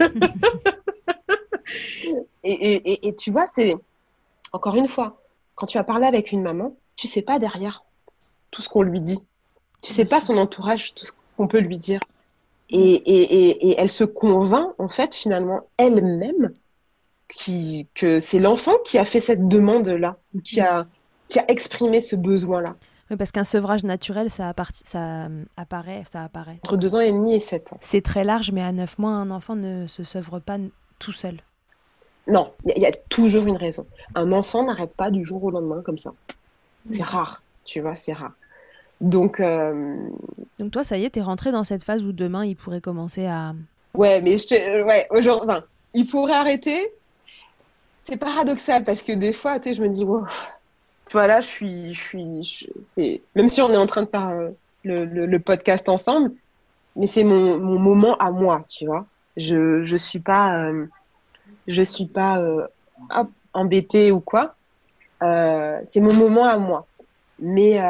et tu vois, c'est, encore une fois, quand tu vas parler avec une maman, tu sais pas derrière tout ce qu'on lui dit. Tu sais pas son entourage, tout ce qu'on peut lui dire. Et elle se convainc, en fait, finalement, elle-même, que c'est l'enfant qui a fait cette demande-là, qui a exprimé ce besoin-là. Oui, parce qu'un sevrage naturel, ça apparaît. Entre 2 ans et demi et 7 ans. C'est très large, mais à 9 mois, un enfant ne se sevre pas tout seul. Non, il y a toujours une raison. Un enfant n'arrête pas du jour au lendemain comme ça. C'est rare, tu vois, c'est rare. Donc toi, ça y est, t'es rentrée dans cette phase où demain, il pourrait commencer à... ouais, mais aujourd'hui, enfin, il pourrait arrêter. C'est paradoxal parce que des fois, tu sais, je me dis, wow, tu vois, là, c'est même si on est en train de faire le podcast ensemble, mais c'est mon moment à moi, tu vois. Je suis pas embêtée ou quoi. C'est mon moment à moi. Mais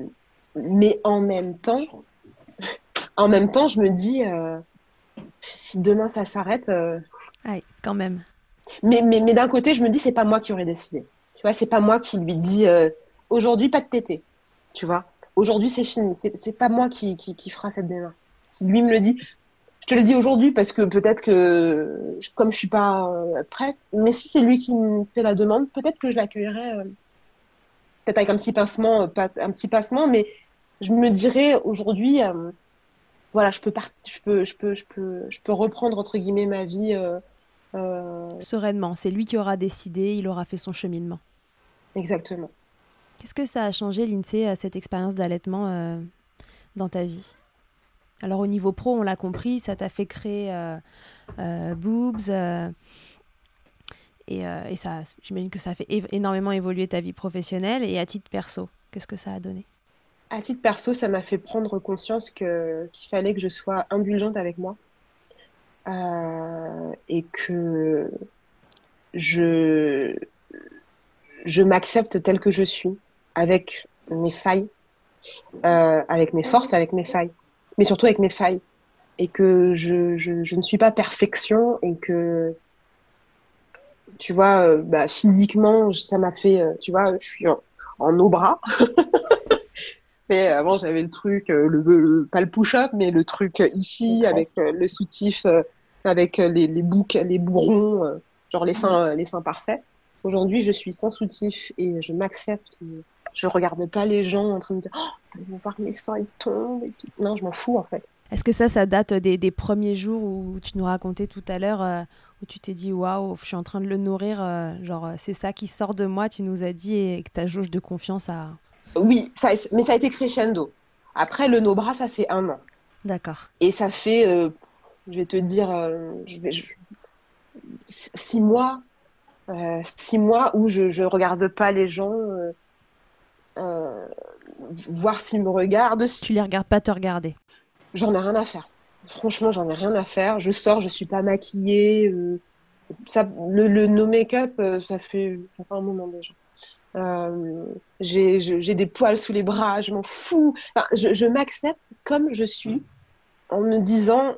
en même temps, je me dis, si demain ça s'arrête, Aïe, quand même. mais d'un côté, je me dis, c'est pas moi qui aurais décidé. Tu vois, c'est pas moi qui lui dis, aujourd'hui, pas de tété. Tu vois, aujourd'hui, c'est fini. C'est pas moi qui fera cette démarche. Si lui me le dit, je te le dis aujourd'hui parce que peut-être que, comme je suis pas prête, mais si c'est lui qui me fait la demande, peut-être que je l'accueillerai, peut-être avec un petit pincement, un petit passement, mais je me dirais aujourd'hui, voilà, je peux reprendre entre guillemets ma vie. Sereinement, c'est lui qui aura décidé, il aura fait son cheminement. Exactement. Qu'est-ce que ça a changé, Lindsay, cette expérience d'allaitement dans ta vie? Alors au niveau pro, on l'a compris, ça t'a fait créer Boobs et ça, j'imagine que ça a fait énormément évoluer ta vie professionnelle. Et à titre perso, qu'est-ce que ça a donné? À titre perso, ça m'a fait prendre conscience qu'il fallait que je sois indulgente avec moi et que je, je m'accepte telle que je suis, avec mes failles, avec mes forces, avec mes failles, mais surtout avec mes failles. Et que je ne suis pas perfection et que, tu vois, physiquement, ça m'a fait, tu vois, je suis en au bras. Et avant, j'avais le truc, pas le push-up, mais le truc ici, avec le soutif, avec les bourrons, genre les seins parfaits. Aujourd'hui, je suis sans soutif et je m'accepte. Je regarde pas les gens en train de dire, oh, ils vont voir que mes seins, ils tombent et tout. Non, je m'en fous, en fait. Est-ce que ça date des premiers jours où tu nous racontais tout à l'heure, où tu t'es dit, waouh, je suis en train de le nourrir, c'est ça qui sort de moi, tu nous as dit, et que ta jauge de confiance a... Oui, mais ça a été crescendo. Après, le no-bras, ça fait 1 an. D'accord. Et ça fait, je vais te dire, 6 mois, 6 mois où je regarde pas les gens, voir s'ils me regardent. Tu les regardes pas te regarder. J'en ai rien à faire. Franchement, j'en ai rien à faire. Je sors, je suis pas maquillée. Le no make-up, ça fait un moment déjà. J'ai des poils sous les bras, je m'en fous. Enfin, je m'accepte comme je suis en me disant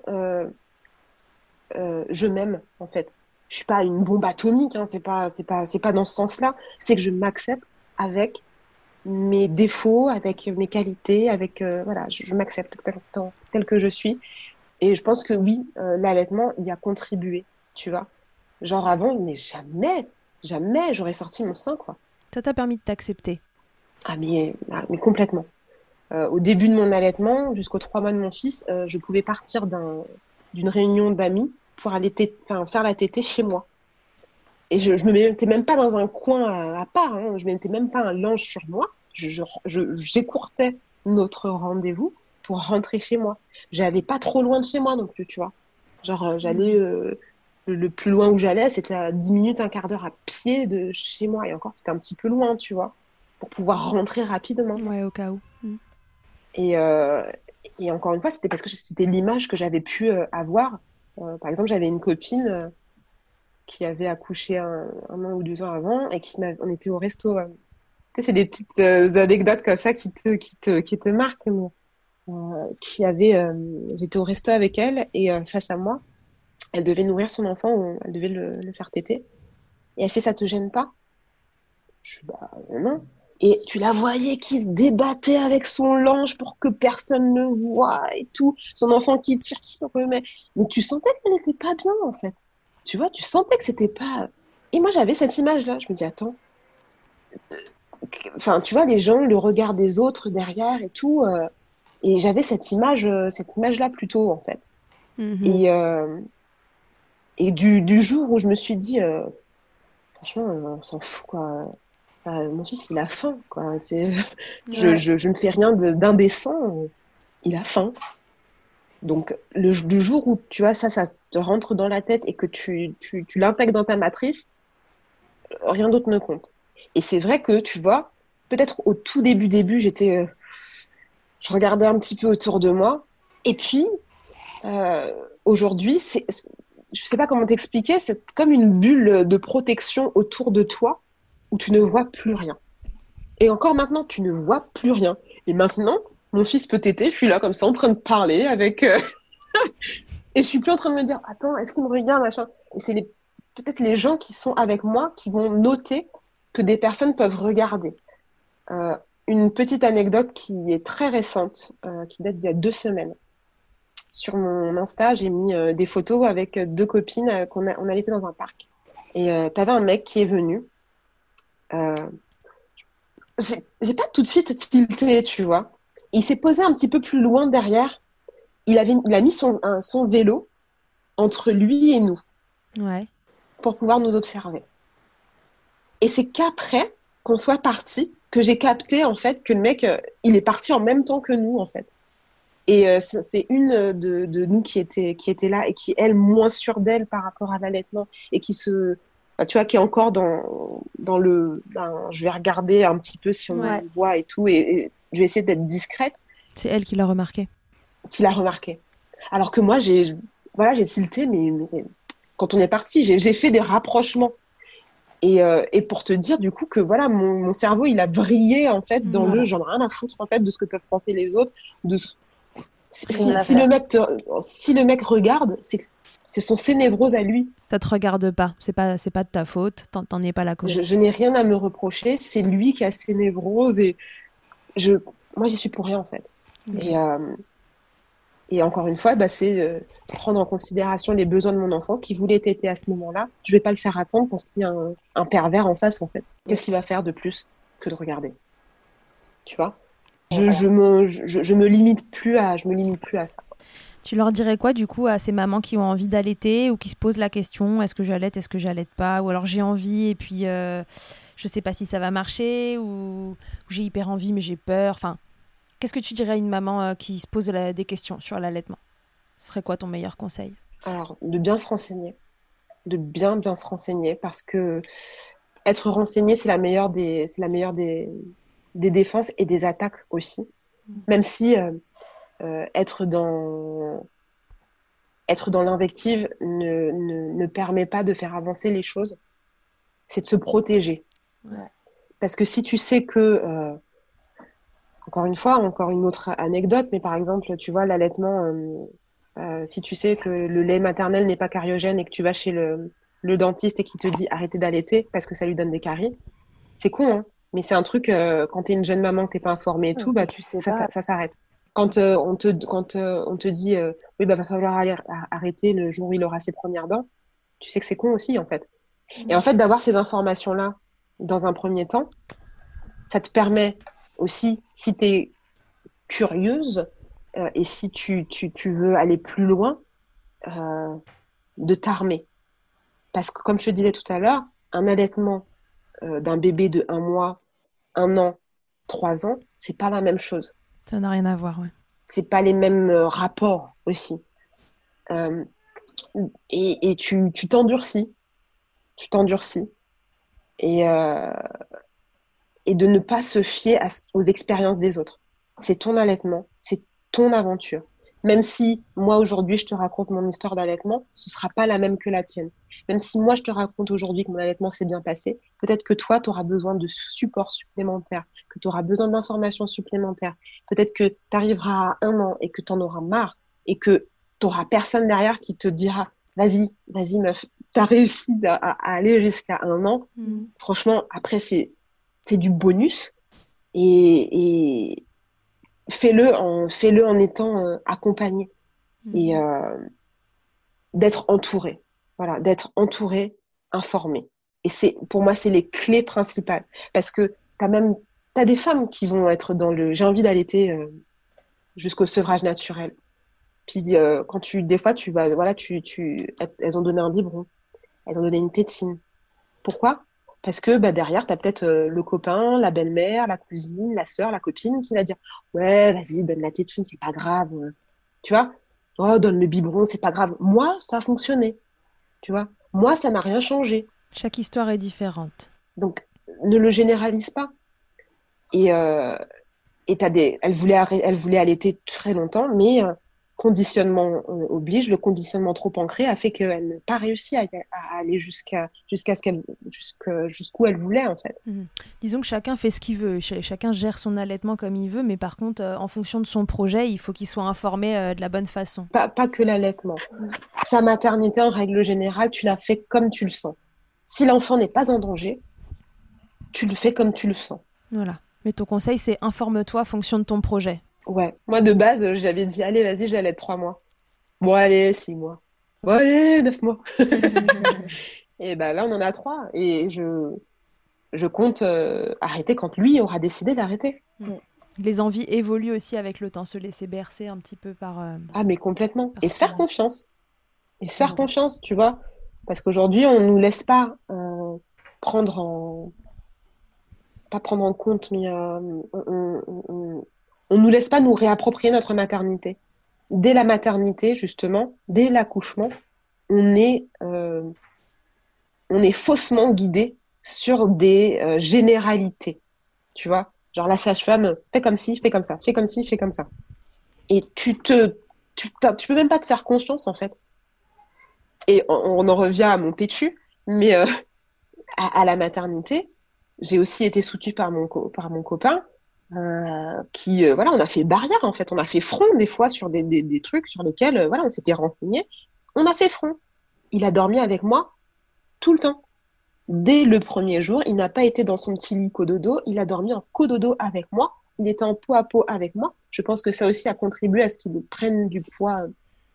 je m'aime en fait. Je suis pas une bombe atomique, hein, c'est pas dans ce sens-là. C'est que je m'accepte avec mes défauts, avec mes qualités, avec voilà, je m'accepte tel que je suis. Et je pense que oui, l'allaitement y a contribué, tu vois. Genre avant, mais jamais j'aurais sorti mon sein, quoi. Ça t'a permis de t'accepter? Mais complètement. Au début de mon allaitement, jusqu'aux 3 mois de mon fils, je pouvais partir d'une réunion d'amis pour aller faire la tétée chez moi. Et je me mettais même pas dans un coin à part, hein. Je mettais même pas un linge sur moi. J'écourtais notre rendez-vous pour rentrer chez moi. J'allais pas trop loin de chez moi non plus, tu vois. Genre, j'allais... le plus loin où j'allais, c'était à 10 minutes, un quart d'heure à pied de chez moi. Et encore, c'était un petit peu loin, tu vois, pour pouvoir rentrer rapidement. Ouais, au cas où. Et encore une fois, c'était parce que c'était l'image que j'avais pu avoir. Par exemple, j'avais une copine qui avait accouché un an ou 2 ans avant et on était au resto. Tu sais, c'est des petites anecdotes comme ça qui te marquent. J'étais au resto avec elle et face à moi, elle devait nourrir son enfant, elle devait le faire téter. Et elle fait, ça te gêne pas? Je suis, bah non. Et tu la voyais qui se débattait avec son linge pour que personne ne voie et tout. Son enfant qui tire, qui se remet. Mais tu sentais qu'elle n'était pas bien, en fait. Tu vois, tu sentais que c'était pas... Et moi, j'avais cette image-là. Je me dis, attends. Enfin, tu vois, les gens, le regard des autres derrière et tout. Et j'avais cette image-là plutôt, en fait. Et du jour où je me suis dit, franchement, on s'en fout, quoi. Mon fils, il a faim, quoi. Ouais. Je ne fais rien d'indécent. Il a faim. Donc, le jour où, tu vois, ça te rentre dans la tête et que tu l'intègres dans ta matrice, rien d'autre ne compte. Et c'est vrai que, tu vois, peut-être au tout début, je regardais un petit peu autour de moi. Et puis, aujourd'hui, je sais pas comment t'expliquer, c'est comme une bulle de protection autour de toi où tu ne vois plus rien. Et encore maintenant, tu ne vois plus rien. Et maintenant, mon fils peut téter, je suis là comme ça en train de parler avec... et je suis plus en train de me dire, attends, est-ce qu'il me regarde, machin. Et c'est peut-être les gens qui sont avec moi qui vont noter que des personnes peuvent regarder. Euh, une petite anecdote qui est très récente, qui date d'il y a 2 semaines. Sur mon Insta, j'ai mis des photos avec 2 copines on allait dans un parc. Et t'avais un mec qui est venu. Euh, j'ai pas tout de suite tilté, tu vois. Il s'est posé un petit peu plus loin derrière. Il a mis son vélo entre lui et nous Ouais. pour pouvoir nous observer. Et c'est qu'après qu'on soit parti que j'ai capté en fait que le mec, il est parti en même temps que nous en fait. Et c'est une de nous qui était là et qui, elle, moins sûre d'elle par rapport à l'allaitement et tu vois, qui est encore dans je vais regarder un petit peu si on Ouais. me voit et tout, et je vais essayer d'être discrète, C'est elle qui l'a remarqué. qu'il a remarqué. Alors que moi, j'ai tilté, mais quand on est parti, j'ai fait des rapprochements. Et pour te dire du coup que voilà, mon cerveau, il a vrillé en fait dans Ouais. j'en ai rien à foutre en fait de ce que peuvent penser les autres, de Rien à si faire. si le mec regarde, ce sont ses névroses à lui. Ça te regarde pas. C'est pas de ta faute. T'en es pas la cause. Je n'ai rien à me reprocher. C'est lui qui a ses névroses et je, moi, j'y suis pour rien en fait. Ok. Et, euh, et encore une fois, c'est prendre en considération les besoins de mon enfant qui voulait téter à ce moment-là. Je vais pas le faire attendre parce qu'il y a un pervers en face en fait. Qu'est-ce qu'il va faire de plus que de regarder? Tu vois? Je me limite plus à ça. Tu leur dirais quoi du coup à ces mamans qui ont envie d'allaiter ou qui se posent la question est-ce que j'allaite pas, ou alors j'ai envie et puis je sais pas si ça va marcher, ou j'ai hyper envie mais j'ai peur. Enfin, qu'est-ce que tu dirais à une maman qui se pose des questions sur l'allaitement? Ce serait quoi ton meilleur conseil? Alors, de bien se renseigner, de bien se renseigner parce que être renseigné, c'est la meilleure des défenses et des attaques aussi. Même si être dans l'invective ne permet pas de faire avancer les choses, c'est de se protéger. Ouais. Parce que si tu sais que, encore une fois, encore une autre anecdote, mais par exemple, tu vois, l'allaitement, si tu sais que le lait maternel n'est pas cariogène et que tu vas chez le dentiste et qu'il te dit arrêtez d'allaiter parce que ça lui donne des caries, c'est con, hein, mais c'est un truc, quand tu es une jeune maman, que tu n'es pas informée et tout, Si tu sais pas. ça s'arrête. Quand on te dit oui, va falloir arrêter le jour où il aura ses premières dents, tu sais que c'est con aussi, en fait. Et en fait, d'avoir ces informations-là dans un premier temps, ça te permet aussi, si tu es curieuse et si tu veux aller plus loin, euh, de t'armer. Parce que, comme je te disais tout à l'heure, un allaitement d'un bébé de 1 mois, 1 an, 3 ans, c'est pas la même chose. Ça n'a rien à voir, ouais. C'est pas les mêmes rapports aussi. Euh, et tu t'endurcis. Tu t'endurcis. Et, euh, et de ne pas se fier aux expériences des autres. C'est ton allaitement, c'est ton aventure. Même si moi aujourd'hui je te raconte mon histoire d'allaitement, ce sera pas la même que la tienne. Même si moi je te raconte aujourd'hui que mon allaitement s'est bien passé, peut-être que toi tu auras besoin de support supplémentaire, que tu auras besoin d'informations supplémentaires. Peut-être que tu arriveras à 1 an et que tu en auras marre et que tu auras personne derrière qui te dira vas-y meuf, tu as réussi à aller jusqu'à 1 an. Franchement, après c'est du bonus et fais-le en étant accompagné et d'être entouré. Voilà, d'être entouré, informé. Et pour moi, c'est les clés principales. Parce que t'as des femmes qui vont être dans j'ai envie d'allaiter jusqu'au sevrage naturel. Puis des fois, tu vas, voilà, elles ont donné un biberon, elles ont donné une tétine. Pourquoi? Parce que derrière, tu as peut-être le copain, la belle-mère, la cousine, la sœur, la copine qui va dire ouais, vas-y, donne la tétine, c'est pas grave. Tu vois? Oh, donne le biberon, c'est pas grave. Moi, ça a fonctionné. Tu vois? Moi, ça n'a rien changé. Chaque histoire est différente. Donc, ne le généralise pas. Et elle voulait allaiter très longtemps, mais conditionnement oblige, le conditionnement trop ancré a fait qu'elle n'a pas réussi à aller jusqu'où elle voulait, en fait. Disons que chacun fait ce qu'il veut, chacun gère son allaitement comme il veut, mais par contre, en fonction de son projet, il faut qu'il soit informé de la bonne façon. Pas que l'allaitement. Sa maternité, en règle générale, tu la fais comme tu le sens. Si l'enfant n'est pas en danger, tu le fais comme tu le sens. Voilà. Mais ton conseil, c'est informe-toi en fonction de ton projet. Ouais. Moi, de base, j'avais dit, allez, vas-y, je l'allaite 3 mois. Bon, allez, 6 mois. Bon, allez, 9 mois. Et là, on en a 3. Et je compte arrêter quand lui aura décidé d'arrêter. Les envies évoluent aussi avec le temps, se laisser bercer un petit peu par... Ah, mais complètement. Et se faire confiance. Et se faire confiance, tu vois. Parce qu'aujourd'hui, on ne nous laisse pas prendre en... Pas prendre en compte, mais on nous laisse pas nous réapproprier notre maternité. Dès la maternité, justement, dès l'accouchement, on est faussement guidé sur des généralités. Tu vois? Genre la sage-femme, fais comme ci, fais comme ça, fais comme ci, fais comme ça. Et tu peux même pas te faire confiance, en fait. Et on en revient à mon péchu, mais à la maternité, j'ai aussi été soutenue par mon copain qui, voilà, on a fait barrière, en fait. On a fait front, des fois, sur des trucs sur lesquels, voilà, on s'était renseigné. On a fait front. Il a dormi avec moi tout le temps. Dès le premier jour, il n'a pas été dans son petit lit cododo, il a dormi en cododo avec moi. Il était en peau à peau avec moi. Je pense que ça aussi a contribué à ce qu'il prenne du poids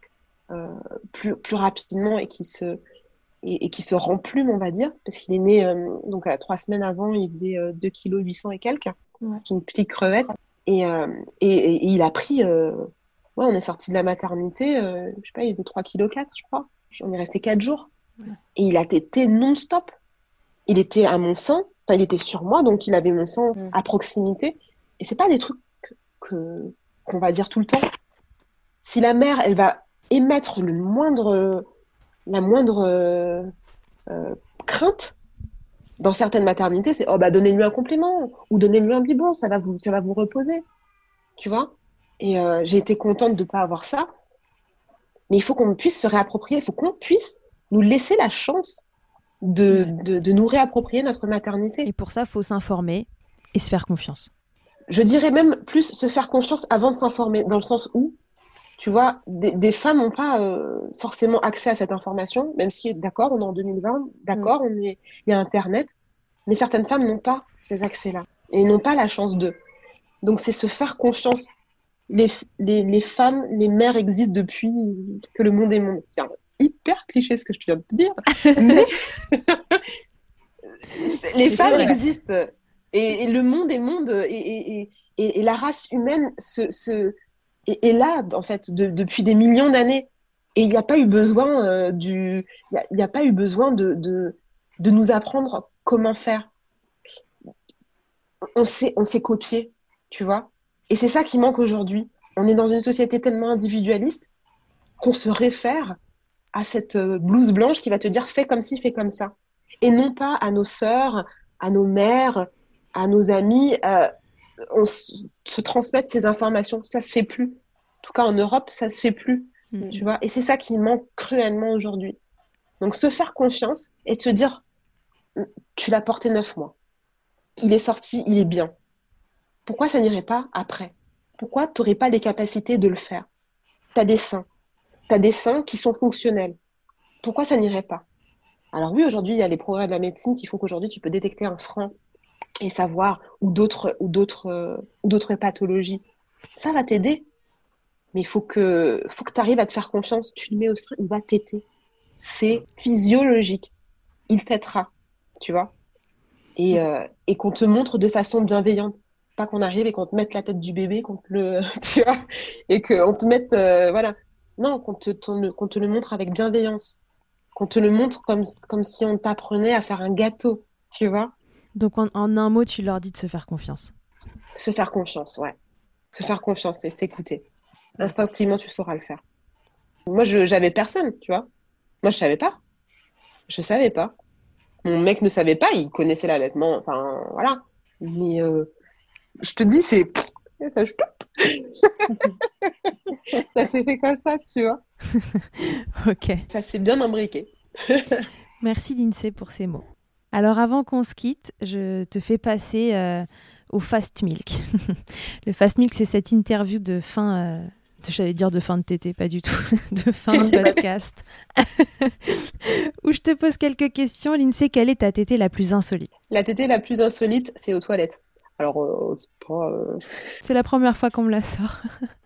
plus rapidement et qui se remplume, on va dire, parce qu'il est né donc à 3 semaines avant, il faisait 2 kg 800 et quelques, c'est une petite crevette, et il a pris, on est sorti de la maternité, je sais pas, il faisait 3 kg 4, je crois, on est resté 4 jours, et il a tété non-stop, il était à mon sein, enfin il était sur moi, donc il avait mon sein à proximité, et c'est pas des trucs qu'on va dire tout le temps. Si la mère, elle va émettre la moindre crainte dans certaines maternités, c'est donnez-lui un complément ou donnez-lui un biberon, ça va vous reposer, tu vois. Et j'ai été contente de pas avoir ça, mais il faut qu'on puisse se réapproprier, il faut qu'on puisse nous laisser la chance de nous réapproprier notre maternité. Et pour ça, il faut s'informer et se faire confiance. Je dirais même plus se faire confiance avant de s'informer, dans le sens où, tu vois, des femmes n'ont pas forcément accès à cette information, même si, d'accord, on est en 2020, d'accord, il y a Internet, mais certaines femmes n'ont pas ces accès-là et n'ont pas la chance d'eux. Donc, c'est se faire confiance. Les femmes, les mères existent depuis que le monde est monde. C'est hyper cliché ce que je viens de te dire, mais les femmes existent et le monde est monde et la race humaine est là, en fait, depuis des millions d'années. Et il n'y a pas eu besoin il y a pas eu besoin de nous apprendre comment faire. On s'est copié, tu vois. Et c'est ça qui manque aujourd'hui. On est dans une société tellement individualiste qu'on se réfère à cette blouse blanche qui va te dire fais comme ci, fais comme ça. Et non pas à nos sœurs, à nos mères, à nos amis. On se transmettre ces informations. Ça se fait plus. En tout cas, en Europe, ça se fait plus. Tu vois. Et c'est ça qui manque cruellement aujourd'hui. Donc, se faire confiance et se dire, tu l'as porté 9 mois. Il est sorti, il est bien. Pourquoi ça n'irait pas après? Pourquoi tu n'aurais pas les capacités de le faire? Tu as des seins. Tu as des seins qui sont fonctionnels. Pourquoi ça n'irait pas? Alors oui, aujourd'hui, il y a les progrès de la médecine qui font qu'aujourd'hui, tu peux détecter un frein et savoir, ou d'autres pathologies. Ça va t'aider. Mais il faut que tu arrives à te faire confiance. Tu le mets au sein, il va t'aider. C'est physiologique. Il t'aidera, tu vois. Et qu'on te montre de façon bienveillante. Pas qu'on arrive et qu'on te mette la tête du bébé, tu vois, et qu'on te mette, voilà. Non, qu'on te le montre avec bienveillance. Qu'on te le montre comme si on t'apprenait à faire un gâteau. tu vois. Donc en un mot, tu leur dis de se faire confiance. Se faire confiance, ouais. Se faire confiance et s'écouter. Instinctivement, tu sauras le faire. Moi, j'avais personne, tu vois. Moi, je savais pas. Je savais pas. Mon mec ne savait pas, il connaissait l'allaitement, enfin, voilà. Mais je te dis, c'est... Ça, ça s'est fait comme ça, tu vois. Ok. Ça s'est bien imbriqué. Merci Lindsay pour ces mots. Alors avant qu'on se quitte, je te fais passer au Fast Milk. Le Fast Milk, c'est cette interview de fin, j'allais dire de fin de tété, pas du tout, de fin de podcast, où je te pose quelques questions. Lindsay, quelle est ta tétée la plus insolite? La tétée la plus insolite, c'est aux toilettes. Alors, c'est pas... C'est la première fois qu'on me la sort.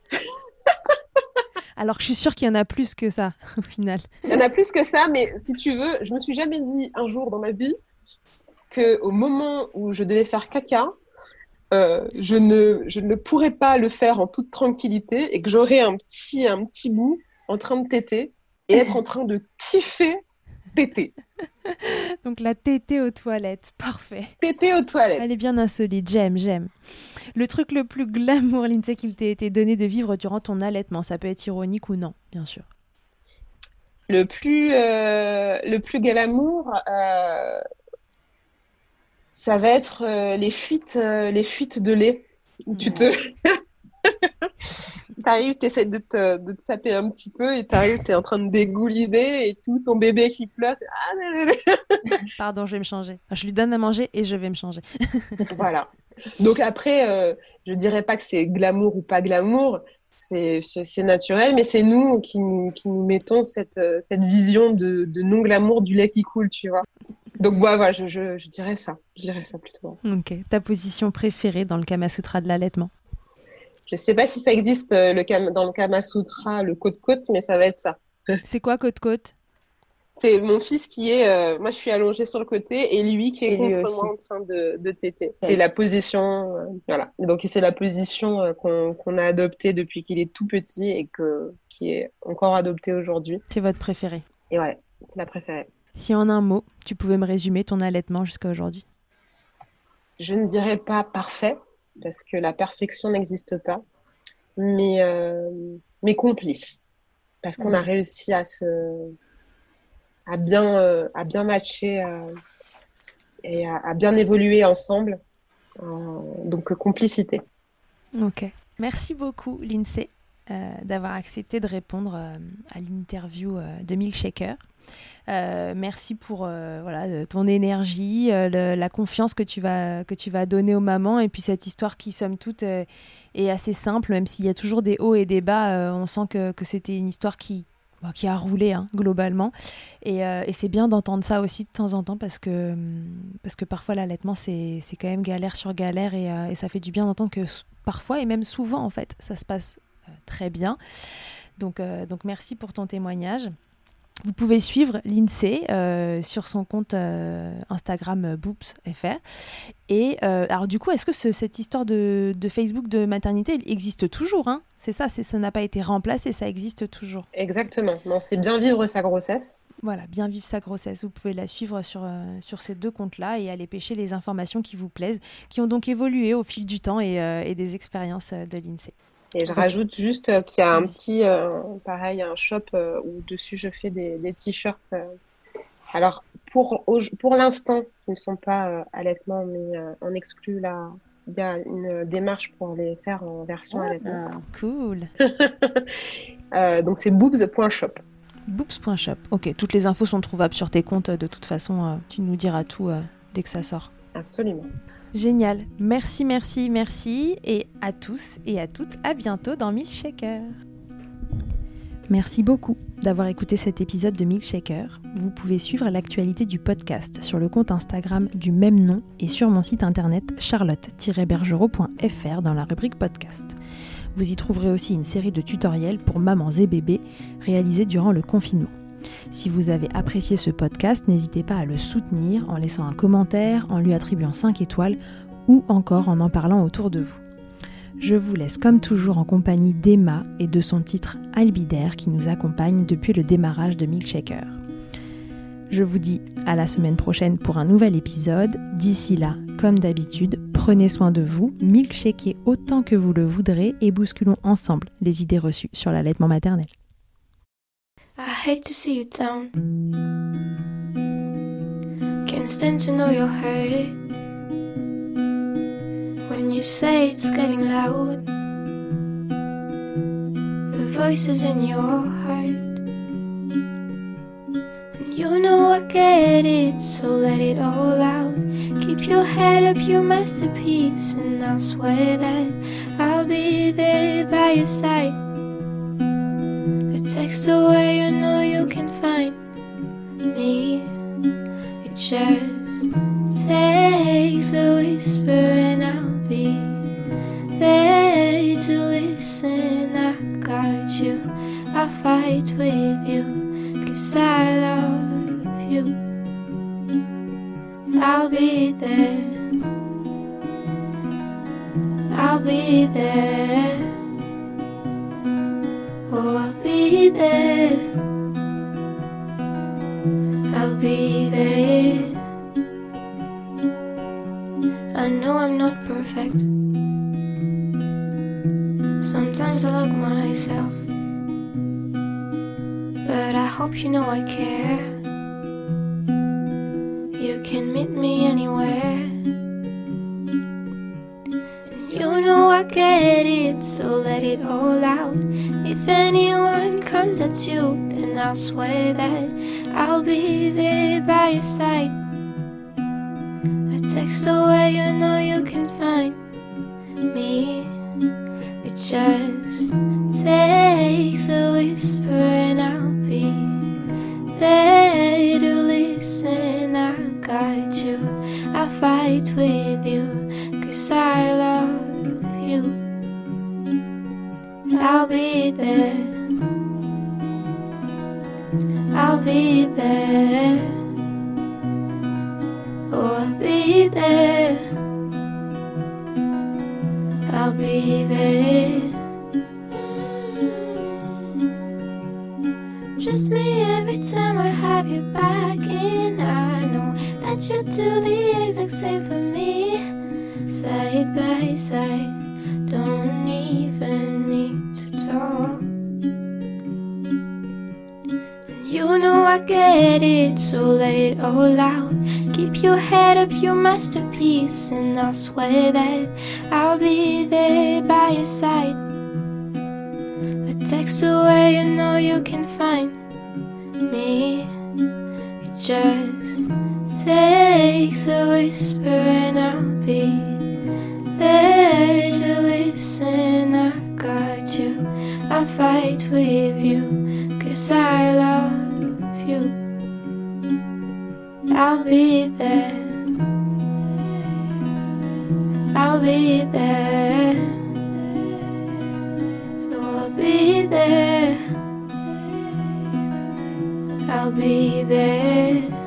Alors que je suis sûre qu'il y en a plus que ça, au final. Il y en a plus que ça, mais si tu veux, je me suis jamais dit un jour dans ma vie qu'au moment où je devais faire caca, je ne pourrais pas le faire en toute tranquillité et que j'aurais un petit bout en train de téter et être en train de kiffer téter. Donc la tétée aux toilettes, parfait. Téter aux toilettes. Elle est bien insolite, j'aime. Le truc le plus glamour, Lindsay, qu'il t'ait été donné de vivre durant ton allaitement, ça peut être ironique ou non, bien sûr. Le plus glamour, ça va être les fuites de lait. T'arrives, t'essaies de te saper un petit peu et t'es en train de dégouliner et tout, ton bébé qui pleure. Pardon, je vais me changer. Enfin, je lui donne à manger et je vais me changer. Voilà. Donc après, je dirais pas que c'est glamour ou pas glamour, c'est naturel, mais c'est nous qui nous mettons cette vision de non-glamour du lait qui coule, tu vois. Donc voilà, je dirais ça. Je dirais ça plutôt. Ok. Ta position préférée dans le Kama Sutra de l'allaitement? Je sais pas si ça existe dans le Kama Sutra, le côte-côte, mais ça va être ça. C'est quoi côte-côte? C'est mon fils qui est... moi, je suis allongée sur le côté et lui qui est contre moi en train de téter. C'est la position... voilà. Donc, c'est la position qu'on a adoptée depuis qu'il est tout petit et qui est encore adoptée aujourd'hui. C'est votre préférée? Et ouais, c'est la préférée. Si en un mot, tu pouvais me résumer ton allaitement jusqu'à aujourd'hui? Je ne dirais pas parfait, parce que la perfection n'existe pas, mais complice. Parce qu'on a réussi à bien matcher et à bien évoluer ensemble. Donc, complicité. Ok. Merci beaucoup, Lindsay, d'avoir accepté de répondre à l'interview de Milkshaker. Merci pour ton énergie, la confiance que tu vas donner aux mamans et puis cette histoire qui, somme toute, est assez simple, même s'il y a toujours des hauts et des bas. On sent que c'était une histoire qui a roulé globalement et c'est bien d'entendre ça aussi de temps en temps parce que parfois l'allaitement c'est quand même galère sur galère et ça fait du bien d'entendre que parfois et même souvent en fait ça se passe très bien. Donc merci pour ton témoignage. Vous pouvez suivre Lindsay sur son compte Instagram boobs.fr. Et alors du coup, est-ce que cette histoire de Facebook de maternité existe toujours, hein? C'est ça, ça n'a pas été remplacé, ça existe toujours. Exactement. Non, c'est bien vivre sa grossesse. Voilà, bien vivre sa grossesse. Vous pouvez la suivre sur ces deux comptes-là et aller pêcher les informations qui vous plaisent, qui ont donc évolué au fil du temps et des expériences de Lindsay. Et je rajoute juste qu'il y a un petit, pareil, un shop où dessus je fais des t-shirts. Alors, pour l'instant, ils ne sont pas allaitement, mais on exclut là. Il y a une démarche pour les faire en version allaitement. Cool. Donc, c'est boobs.shop. Boobs.shop. Ok, toutes les infos sont trouvables sur tes comptes. De toute façon, tu nous diras tout dès que ça sort. Absolument. Génial. Merci. Et à tous et à toutes, à bientôt dans Milkshaker. Merci beaucoup d'avoir écouté cet épisode de Milkshaker. Vous pouvez suivre l'actualité du podcast sur le compte Instagram du même nom et sur mon site internet charlotte-bergerot.fr dans la rubrique podcast. Vous y trouverez aussi une série de tutoriels pour mamans et bébés réalisés durant le confinement. Si vous avez apprécié ce podcast, n'hésitez pas à le soutenir en laissant un commentaire, en lui attribuant 5 étoiles ou encore en parlant autour de vous. Je vous laisse comme toujours en compagnie d'Emma et de son titre Albidaire qui nous accompagne depuis le démarrage de Milkshaker. Je vous dis à la semaine prochaine pour un nouvel épisode. D'ici là, comme d'habitude, prenez soin de vous, milkshakez autant que vous le voudrez et bousculons ensemble les idées reçues sur l'allaitement maternel. I hate to see you down. Can't stand to know you're hurt. When you say it's getting loud, the voices in your heart. And you know I get it, so let it all out. Keep your head up, your masterpiece, and I'll swear that I'll be there by your side. A text away, you know you can find me. It just takes a whisper and I'll be there to listen. I got you, I'll fight with you, 'cause I love you. I'll be there, I'll be there. Oh, I'll be there, I'll be there. I know I'm not perfect. Sometimes I look myself, but I hope you know I care. You can meet me anywhere. You know I get it, so let it all out. If anyone comes at you, then I'll swear that I'll be there by your side. A text away, you know you can find me. It just takes a whisper and I'll be there to listen. I got you, I'll fight with you, 'cause I love you. I'll be there, I'll be there. Oh, I'll be there, I'll be there. Just me every time I have you back, and I know that you do the exact same for me. Side by side, don't even need to talk. You know I get it, so let it all out. Keep your head up, your masterpiece, and I'll swear that I'll be there by your side. A text away, you know you can find me. It just takes a whisper and I'll be there to listen. I got you, I'll fight with you, 'cause I love you. I'll be there, I'll be there. So I'll be there, I'll be there.